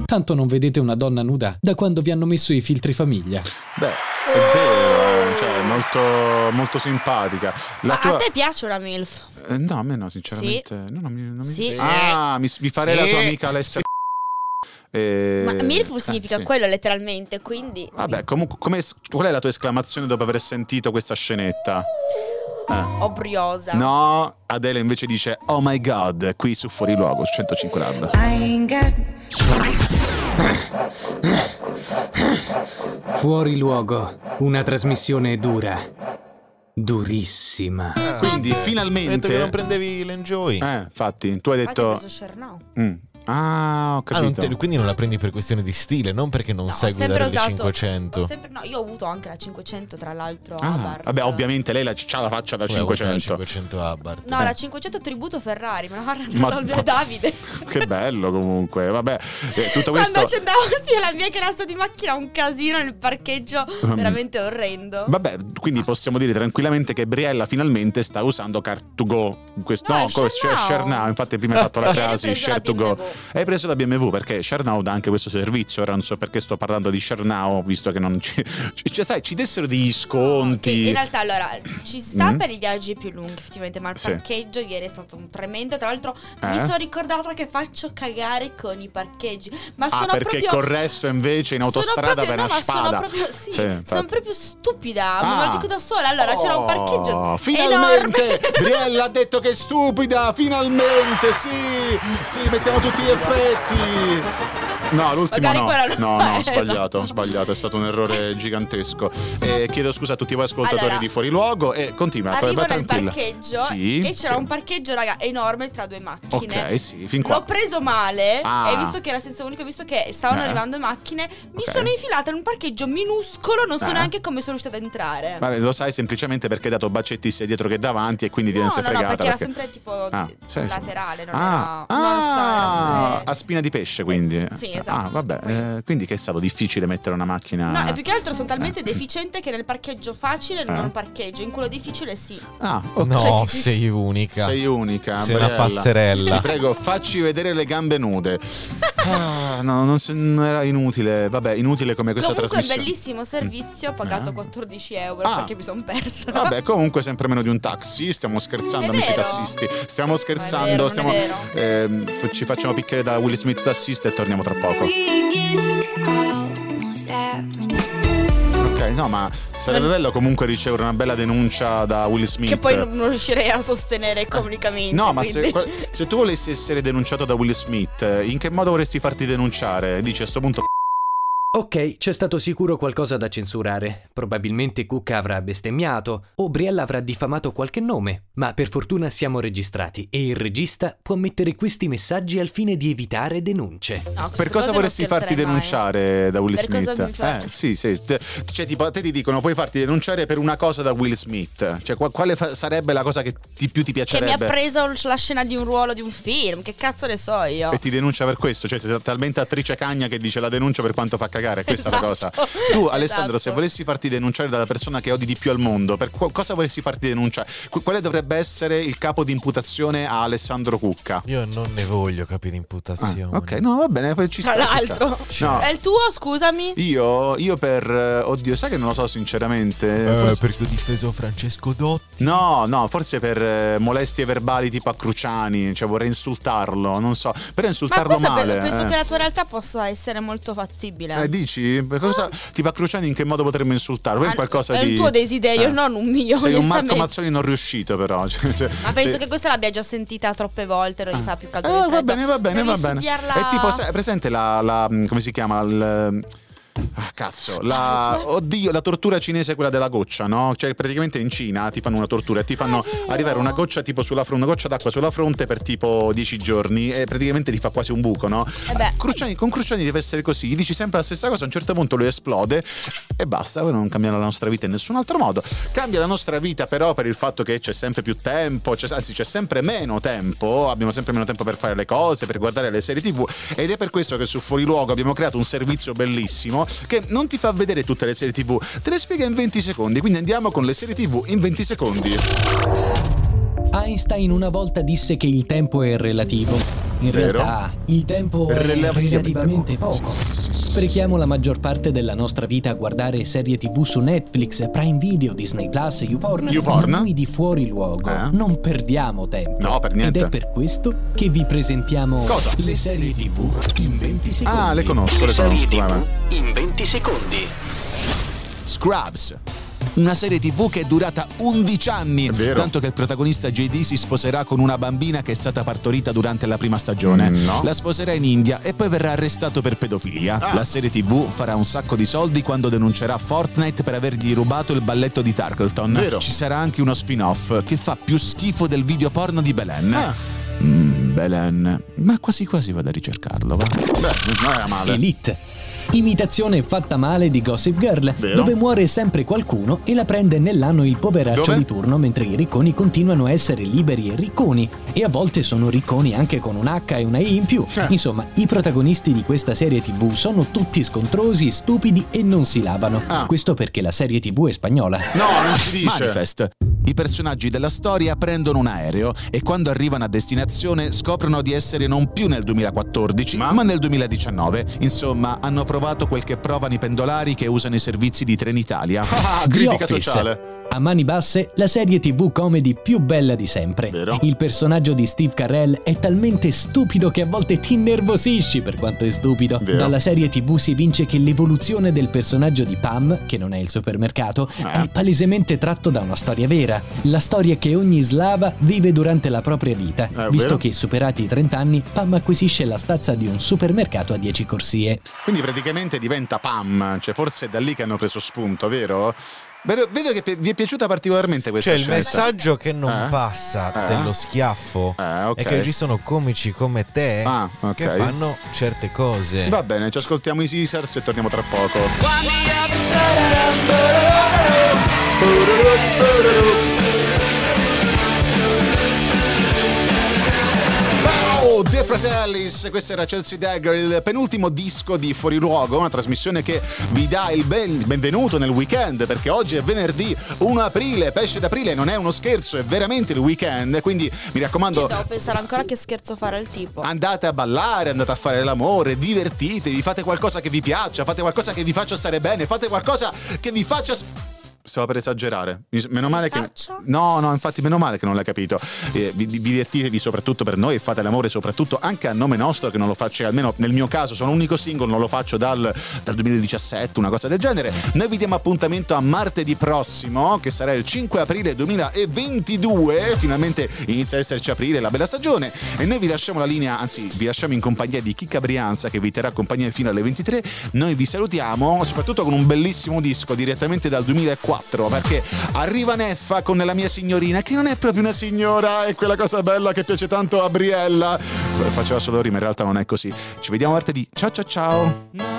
[SPEAKER 1] Tanto non vedete una donna nuda da quando vi hanno messo i filtri famiglia.
[SPEAKER 2] Beh, è vero, cioè molto, molto simpatica. La
[SPEAKER 3] Ma
[SPEAKER 2] tua...
[SPEAKER 3] a te piace una MILF?
[SPEAKER 2] Eh, no, a me no, sinceramente.
[SPEAKER 3] Sì.
[SPEAKER 2] No, non mi, non mi...
[SPEAKER 3] Sì.
[SPEAKER 2] Ah, mi, mi farei
[SPEAKER 4] Sì.
[SPEAKER 2] la tua amica Alessia. Eh,
[SPEAKER 3] Ma MILF significa
[SPEAKER 2] eh, sì.
[SPEAKER 3] quello letteralmente, quindi...
[SPEAKER 2] Vabbè, comunque, come, qual è la tua esclamazione dopo aver sentito questa scenetta? Eh.
[SPEAKER 3] Obriosa.
[SPEAKER 2] No, Adele invece dice oh my god, qui su Fuori Luogo su centocinque Lab.
[SPEAKER 1] Fuori Luogo, una trasmissione dura, durissima.
[SPEAKER 2] Quindi
[SPEAKER 4] Hai detto
[SPEAKER 2] finalmente
[SPEAKER 4] che non prendevi l'Enjoy.
[SPEAKER 2] Eh, infatti, tu hai
[SPEAKER 3] Infatti ho
[SPEAKER 2] detto
[SPEAKER 3] preso Chernow.
[SPEAKER 2] Mm. Ah, ho
[SPEAKER 4] Ah, non
[SPEAKER 2] capito.
[SPEAKER 4] te- quindi non la prendi per questione di stile, non perché non
[SPEAKER 3] No,
[SPEAKER 4] sai
[SPEAKER 3] ho sempre
[SPEAKER 4] guidare le
[SPEAKER 3] usato-
[SPEAKER 4] cinquecento.
[SPEAKER 3] ho sempre- no, io ho avuto anche la cinquecento, tra l'altro.
[SPEAKER 2] Ah,
[SPEAKER 3] Abarth.
[SPEAKER 2] vabbè, ovviamente lei la, c'ha la faccia da
[SPEAKER 4] Come hai avuto la
[SPEAKER 2] cinquecento.
[SPEAKER 4] cinquecento Abarth.
[SPEAKER 3] No,
[SPEAKER 2] Eh.
[SPEAKER 3] la cinquecento tributo Ferrari, me l'ha
[SPEAKER 2] Ma-
[SPEAKER 3] regalato il mio Davide.
[SPEAKER 2] Che bello comunque, vabbè, eh, tutto questo.
[SPEAKER 3] Quando ci andavo sì, la mia classe di macchina, un casino nel parcheggio veramente orrendo.
[SPEAKER 2] Vabbè, quindi possiamo dire tranquillamente che Briella finalmente sta usando Car to Go. Questo,
[SPEAKER 3] No,
[SPEAKER 2] no,
[SPEAKER 3] è
[SPEAKER 2] come-
[SPEAKER 3] Share
[SPEAKER 2] cioè,
[SPEAKER 3] Now.
[SPEAKER 2] Share Now, infatti prima hai fatto la
[SPEAKER 3] Ieri ho
[SPEAKER 2] crasi,
[SPEAKER 3] preso
[SPEAKER 2] Share
[SPEAKER 3] la
[SPEAKER 2] to Go.
[SPEAKER 3] B M W.
[SPEAKER 2] Hai preso la B M W perché Share Now dà anche questo servizio. Ora non so perché sto parlando di Share Now, visto che non ci, cioè, sai, ci dessero degli
[SPEAKER 3] Che
[SPEAKER 2] sconti.
[SPEAKER 3] in realtà allora ci sta
[SPEAKER 2] Mm.
[SPEAKER 3] per i viaggi più lunghi effettivamente, ma il
[SPEAKER 2] Sì.
[SPEAKER 3] parcheggio ieri è stato un tremendo. Tra l'altro mi
[SPEAKER 2] Eh?
[SPEAKER 3] sono ricordata che faccio cagare con i parcheggi. Ma
[SPEAKER 2] Ah,
[SPEAKER 3] sono
[SPEAKER 2] perché
[SPEAKER 3] proprio
[SPEAKER 2] col resto invece in
[SPEAKER 3] sono
[SPEAKER 2] autostrada
[SPEAKER 3] proprio,
[SPEAKER 2] per
[SPEAKER 3] no,
[SPEAKER 2] una
[SPEAKER 3] ma
[SPEAKER 2] spada.
[SPEAKER 3] sono proprio sì,
[SPEAKER 2] Sì, infatti.
[SPEAKER 3] sono proprio stupida. Me
[SPEAKER 2] Ah.
[SPEAKER 3] lo dico da sola. Allora c'era un parcheggio
[SPEAKER 2] Oh,
[SPEAKER 3] enorme.
[SPEAKER 2] finalmente Briella ha detto che è stupida. Finalmente, sì, sì, mettiamo tutti gli effetti. No, l'ultimo
[SPEAKER 3] Magari
[SPEAKER 2] no.
[SPEAKER 3] quello
[SPEAKER 2] No,
[SPEAKER 3] no.
[SPEAKER 2] no, ho
[SPEAKER 3] Eh,
[SPEAKER 2] sbagliato,
[SPEAKER 3] esatto.
[SPEAKER 2] ho sbagliato, è stato un errore gigantesco. Eh, chiedo scusa a tutti voi ascoltatori
[SPEAKER 3] Allora,
[SPEAKER 2] di Fuori Luogo e continua, vai
[SPEAKER 3] Arrivo nel
[SPEAKER 2] tranquilla.
[SPEAKER 3] parcheggio
[SPEAKER 2] Sì,
[SPEAKER 3] e c'era
[SPEAKER 2] sì.
[SPEAKER 3] un parcheggio, raga, enorme tra due macchine.
[SPEAKER 2] Ok, sì, fin qua.
[SPEAKER 3] L'ho preso male
[SPEAKER 2] Ah.
[SPEAKER 3] e visto che era senza unico, visto che stavano
[SPEAKER 2] Eh.
[SPEAKER 3] arrivando macchine, mi
[SPEAKER 2] Ok.
[SPEAKER 3] sono infilata in un parcheggio minuscolo, non so
[SPEAKER 2] Eh.
[SPEAKER 3] neanche come sono riuscita ad entrare.
[SPEAKER 2] Vabbè, lo sai semplicemente perché hai dato Bacetti sia dietro che davanti e quindi ti
[SPEAKER 3] No,
[SPEAKER 2] ne sei
[SPEAKER 3] no, no,
[SPEAKER 2] fregata.
[SPEAKER 3] perché era sempre tipo
[SPEAKER 2] Ah, sì, sì.
[SPEAKER 3] laterale, non
[SPEAKER 2] Ah,
[SPEAKER 3] era... no, non so, era
[SPEAKER 2] ah,
[SPEAKER 3] sempre-
[SPEAKER 2] a spina di pesce quindi.
[SPEAKER 3] Sì, esatto.
[SPEAKER 2] Ah, vabbè, eh, quindi che è stato difficile mettere una macchina.
[SPEAKER 3] No, e più che altro sono talmente deficiente che nel parcheggio facile
[SPEAKER 2] Eh.
[SPEAKER 3] non parcheggio, in quello difficile sì.
[SPEAKER 2] Ah, ok.
[SPEAKER 4] No, sei unica.
[SPEAKER 2] Sei unica.
[SPEAKER 4] Sei una
[SPEAKER 2] Briella.
[SPEAKER 4] pazzerella.
[SPEAKER 2] Ti prego, facci vedere le gambe nude. Ah, no, non, se- non era inutile. Vabbè, inutile come questa
[SPEAKER 3] Comunque
[SPEAKER 2] trasmissione.
[SPEAKER 3] bellissimo servizio, ho pagato
[SPEAKER 2] Eh.
[SPEAKER 3] quattordici euro
[SPEAKER 2] Ah.
[SPEAKER 3] perché mi sono persa.
[SPEAKER 2] Vabbè, comunque sempre meno di un taxi. Stiamo scherzando,
[SPEAKER 3] È
[SPEAKER 2] amici
[SPEAKER 3] vero.
[SPEAKER 2] tassisti. Stiamo scherzando.
[SPEAKER 3] vero, non è
[SPEAKER 2] stiamo,
[SPEAKER 3] vero.
[SPEAKER 2] ehm, f- ci facciamo picchiare da Will Smith tassista e torniamo tra poco. Ok, no, ma sarebbe bello comunque ricevere una bella denuncia da Will Smith.
[SPEAKER 3] Che poi non, non riuscirei a sostenere economicamente.
[SPEAKER 2] No, ma
[SPEAKER 3] quindi-
[SPEAKER 2] se, se tu volessi essere denunciato da Will Smith, in che modo vorresti farti denunciare? Dici a sto punto.
[SPEAKER 1] Ok, c'è stato sicuro qualcosa da censurare. Probabilmente Cucca avrà bestemmiato o Briella avrà diffamato qualche nome, ma per fortuna siamo registrati e il regista può mettere questi messaggi al fine di evitare denunce.
[SPEAKER 3] No,
[SPEAKER 2] Per
[SPEAKER 3] queste
[SPEAKER 2] cosa
[SPEAKER 3] cose
[SPEAKER 2] vorresti
[SPEAKER 3] non
[SPEAKER 2] farti
[SPEAKER 3] scherzerei mai.
[SPEAKER 2] denunciare da Will
[SPEAKER 3] Per
[SPEAKER 2] Smith?
[SPEAKER 3] cosa mi fa-
[SPEAKER 2] Eh, sì, sì. Te- Cioè, tipo, a te ti dicono puoi farti denunciare per una cosa da Will Smith. Cioè, qua- quale fa- sarebbe la cosa che ti, più ti
[SPEAKER 3] Che mi
[SPEAKER 2] piacerebbe?
[SPEAKER 3] ha preso la scena di un ruolo di un film. Che cazzo ne so io?
[SPEAKER 2] E ti denuncia per questo, cioè sei talmente attrice cagna che dice la denuncia per quanto fa cagare, questa è la
[SPEAKER 3] Esatto.
[SPEAKER 2] cosa. Tu Alessandro,
[SPEAKER 3] Esatto.
[SPEAKER 2] se volessi farti denunciare dalla persona che odi di più al mondo, per qu- cosa vorresti farti denunciare? Qu- quale dovrebbe essere il capo di imputazione a Alessandro Cucca?
[SPEAKER 4] Io non ne voglio capire
[SPEAKER 2] Ah,
[SPEAKER 4] imputazione.
[SPEAKER 2] ok, no, va bene, poi ci sta.
[SPEAKER 3] Tra
[SPEAKER 2] ci sta.
[SPEAKER 3] l'altro.
[SPEAKER 2] No.
[SPEAKER 3] È il tuo, scusami?
[SPEAKER 2] Io, io per... eh, Oddio, sai che non lo so sinceramente.
[SPEAKER 4] Eh,
[SPEAKER 2] Forse-
[SPEAKER 4] perché ho difeso Francesco Dotti.
[SPEAKER 2] No, no, forse per eh, molestie verbali tipo a Cruciani, cioè vorrei insultarlo, non so, per
[SPEAKER 3] Ma
[SPEAKER 2] insultarlo
[SPEAKER 3] questa pe-
[SPEAKER 2] male.
[SPEAKER 3] penso
[SPEAKER 2] eh.
[SPEAKER 3] che la tua realtà possa essere molto fattibile.
[SPEAKER 2] Eh, dici? Cosa, tipo a Cruciani in che modo potremmo insultarlo? Poi
[SPEAKER 3] Ah,
[SPEAKER 2] qualcosa
[SPEAKER 3] è
[SPEAKER 2] di...
[SPEAKER 3] un tuo desiderio,
[SPEAKER 2] Eh.
[SPEAKER 3] non un mio.
[SPEAKER 2] Sei un Marco
[SPEAKER 3] onestamente.
[SPEAKER 2] Mazzoni non riuscito però. Cioè, cioè,
[SPEAKER 3] Ma penso
[SPEAKER 2] sei-
[SPEAKER 3] che questa l'abbia già sentita troppe volte, non gli fa più caldo.
[SPEAKER 2] Eh,
[SPEAKER 3] di
[SPEAKER 2] va
[SPEAKER 3] freddo.
[SPEAKER 2] bene, va bene,
[SPEAKER 3] Devi
[SPEAKER 2] va bene.
[SPEAKER 3] studiarla-
[SPEAKER 2] È tipo, sai, presente la, la... come si chiama? Il... Ah, cazzo, la, oddio, la tortura cinese, quella della goccia, no? Cioè, praticamente in Cina ti fanno una tortura e ti fanno arrivare una goccia tipo sulla fronte, una goccia d'acqua sulla fronte per tipo dieci giorni e praticamente ti fa quasi un buco, no?
[SPEAKER 3] Eh beh.
[SPEAKER 2] Cruciani, con Cruciani deve essere così, gli dici sempre la stessa cosa, a un certo punto lui esplode e basta, poi non cambia la nostra vita in nessun altro modo. Cambia la nostra vita però per il fatto che c'è sempre più tempo, c'è, anzi c'è sempre meno tempo, abbiamo sempre meno tempo per fare le cose, per guardare le serie tv ed è per questo che su Fuori Luogo abbiamo creato un servizio bellissimo che non ti fa vedere tutte le serie tv, te le spiega in venti secondi, quindi andiamo con le serie tv in venti secondi.
[SPEAKER 1] Einstein una volta disse che il tempo è relativo. In
[SPEAKER 2] Vero.
[SPEAKER 1] realtà il tempo è
[SPEAKER 2] Relativamente
[SPEAKER 1] relativamente
[SPEAKER 2] poco.
[SPEAKER 1] poco.
[SPEAKER 2] Sì, sì, sì, sì.
[SPEAKER 1] Sprechiamo la maggior parte della nostra vita a guardare serie tivù su Netflix, Prime Video, Disney Plus, YouPorn.
[SPEAKER 2] YouPorn?
[SPEAKER 1] Ma noi di fuori luogo
[SPEAKER 2] Eh?
[SPEAKER 1] non perdiamo tempo.
[SPEAKER 2] No, per niente.
[SPEAKER 1] Ed è per questo che vi presentiamo
[SPEAKER 2] Cosa?
[SPEAKER 1] le serie tivù in venti secondi.
[SPEAKER 2] Ah, le conosco, le
[SPEAKER 6] Le serie
[SPEAKER 2] conosco.
[SPEAKER 6] tivù
[SPEAKER 2] vabbè.
[SPEAKER 6] in venti secondi.
[SPEAKER 12] Scrubs. Una serie tivù che è durata undici anni,
[SPEAKER 2] È vero.
[SPEAKER 12] tanto che il protagonista J D si sposerà con una bambina che è stata partorita durante la prima stagione.
[SPEAKER 2] Mm, no.
[SPEAKER 12] La sposerà in India e poi verrà arrestato per pedofilia.
[SPEAKER 2] Ah.
[SPEAKER 12] La serie tivù farà un sacco di soldi quando denuncerà Fortnite per avergli rubato il balletto di Tarkleton.
[SPEAKER 2] Vero.
[SPEAKER 12] Ci sarà anche uno spin-off che fa più schifo del video porno di Belen.
[SPEAKER 2] Ah.
[SPEAKER 12] Mm, Belen, ma quasi quasi vado a ricercarlo, va.
[SPEAKER 2] Beh, non era male.
[SPEAKER 1] Elite. Imitazione fatta male di Gossip Girl,
[SPEAKER 2] Vero.
[SPEAKER 1] dove muore sempre qualcuno e la prende nell'anno il poveraccio
[SPEAKER 2] Dove?
[SPEAKER 1] di turno, mentre i ricconi continuano a essere liberi e ricconi, e a volte sono ricconi anche con un H e una I in più.
[SPEAKER 2] Eh.
[SPEAKER 1] Insomma, i protagonisti di questa serie tivù sono tutti scontrosi, stupidi e non si lavano.
[SPEAKER 2] Ah.
[SPEAKER 1] Questo perché la serie tivù è spagnola.
[SPEAKER 2] No, non si dice.
[SPEAKER 12] Manifest. I personaggi della storia prendono un aereo e quando arrivano a destinazione scoprono di essere non più nel duemilaquattordici
[SPEAKER 2] Ma?
[SPEAKER 12] ma, nel duemiladiciannove. Insomma, hanno provato quel che provano i pendolari che usano i servizi di Trenitalia.
[SPEAKER 2] Ah,
[SPEAKER 1] The
[SPEAKER 2] critica
[SPEAKER 1] Office.
[SPEAKER 2] sociale.
[SPEAKER 1] A mani basse, la serie tivù comedy più bella di sempre.
[SPEAKER 2] Vero.
[SPEAKER 1] Il personaggio di Steve Carell è talmente stupido che a volte ti innervosisci per quanto è stupido.
[SPEAKER 2] Vero.
[SPEAKER 1] Dalla serie tivù si evince che l'evoluzione del personaggio di Pam, che non è il supermercato,
[SPEAKER 2] Eh.
[SPEAKER 1] è palesemente tratto da una storia vera. La storia che ogni slava vive durante la propria vita,
[SPEAKER 2] Eh,
[SPEAKER 1] visto
[SPEAKER 2] vero.
[SPEAKER 1] che superati i trenta anni, Pam acquisisce la stazza di un supermercato a dieci corsie.
[SPEAKER 2] Quindi praticamente diventa Pam, cioè forse è da lì che hanno preso spunto, vero? Vedo, vedo che pi- vi è piaciuta particolarmente questa
[SPEAKER 4] Cioè il
[SPEAKER 2] scelta.
[SPEAKER 4] messaggio che non
[SPEAKER 2] Eh?
[SPEAKER 4] passa
[SPEAKER 2] Eh?
[SPEAKER 4] dello schiaffo
[SPEAKER 2] Eh, ok.
[SPEAKER 4] è che ci sono comici come te
[SPEAKER 2] Ah, ok.
[SPEAKER 4] che fanno certe cose.
[SPEAKER 2] Va bene, ci ascoltiamo i Caesars e torniamo tra poco. Ciao, The Fratellis, questa era Chelsea Dagger, il penultimo disco di Fuori Luogo, una trasmissione che vi dà il, ben, il benvenuto nel weekend, perché oggi è venerdì primo aprile, pesce d'aprile, non è uno scherzo, è veramente il weekend, quindi mi raccomando...
[SPEAKER 3] Io devo pensare ancora che scherzo fare al tipo.
[SPEAKER 2] Andate a ballare, andate a fare l'amore, divertitevi, fate qualcosa che vi piaccia, fate qualcosa che vi faccia stare bene, fate qualcosa che vi faccia... Stavo per esagerare. Meno male che.
[SPEAKER 3] Faccia?
[SPEAKER 2] No, no, infatti, meno male che non l'hai capito. Eh, vi, vi divertitevi soprattutto per noi e fate l'amore soprattutto anche a nome nostro, che non lo faccio, almeno nel mio caso, sono unico single, non lo faccio dal, dal duemiladiciassette, una cosa del genere. Noi vi diamo appuntamento a martedì prossimo, che sarà il cinque aprile duemilaventidue. Finalmente inizia a esserci aprile, la bella stagione. E noi vi lasciamo la linea, anzi, vi lasciamo in compagnia di Chicca Brianza, che vi terrà compagnia fino alle ventitré. Noi vi salutiamo, soprattutto con un bellissimo disco direttamente dal duemilaquattro, perché arriva Neffa con La mia signorina, che non è proprio una signora, è quella cosa bella che piace tanto a Briella. Faceva solo rima, in realtà non è così. Ci vediamo martedì. Ciao ciao ciao.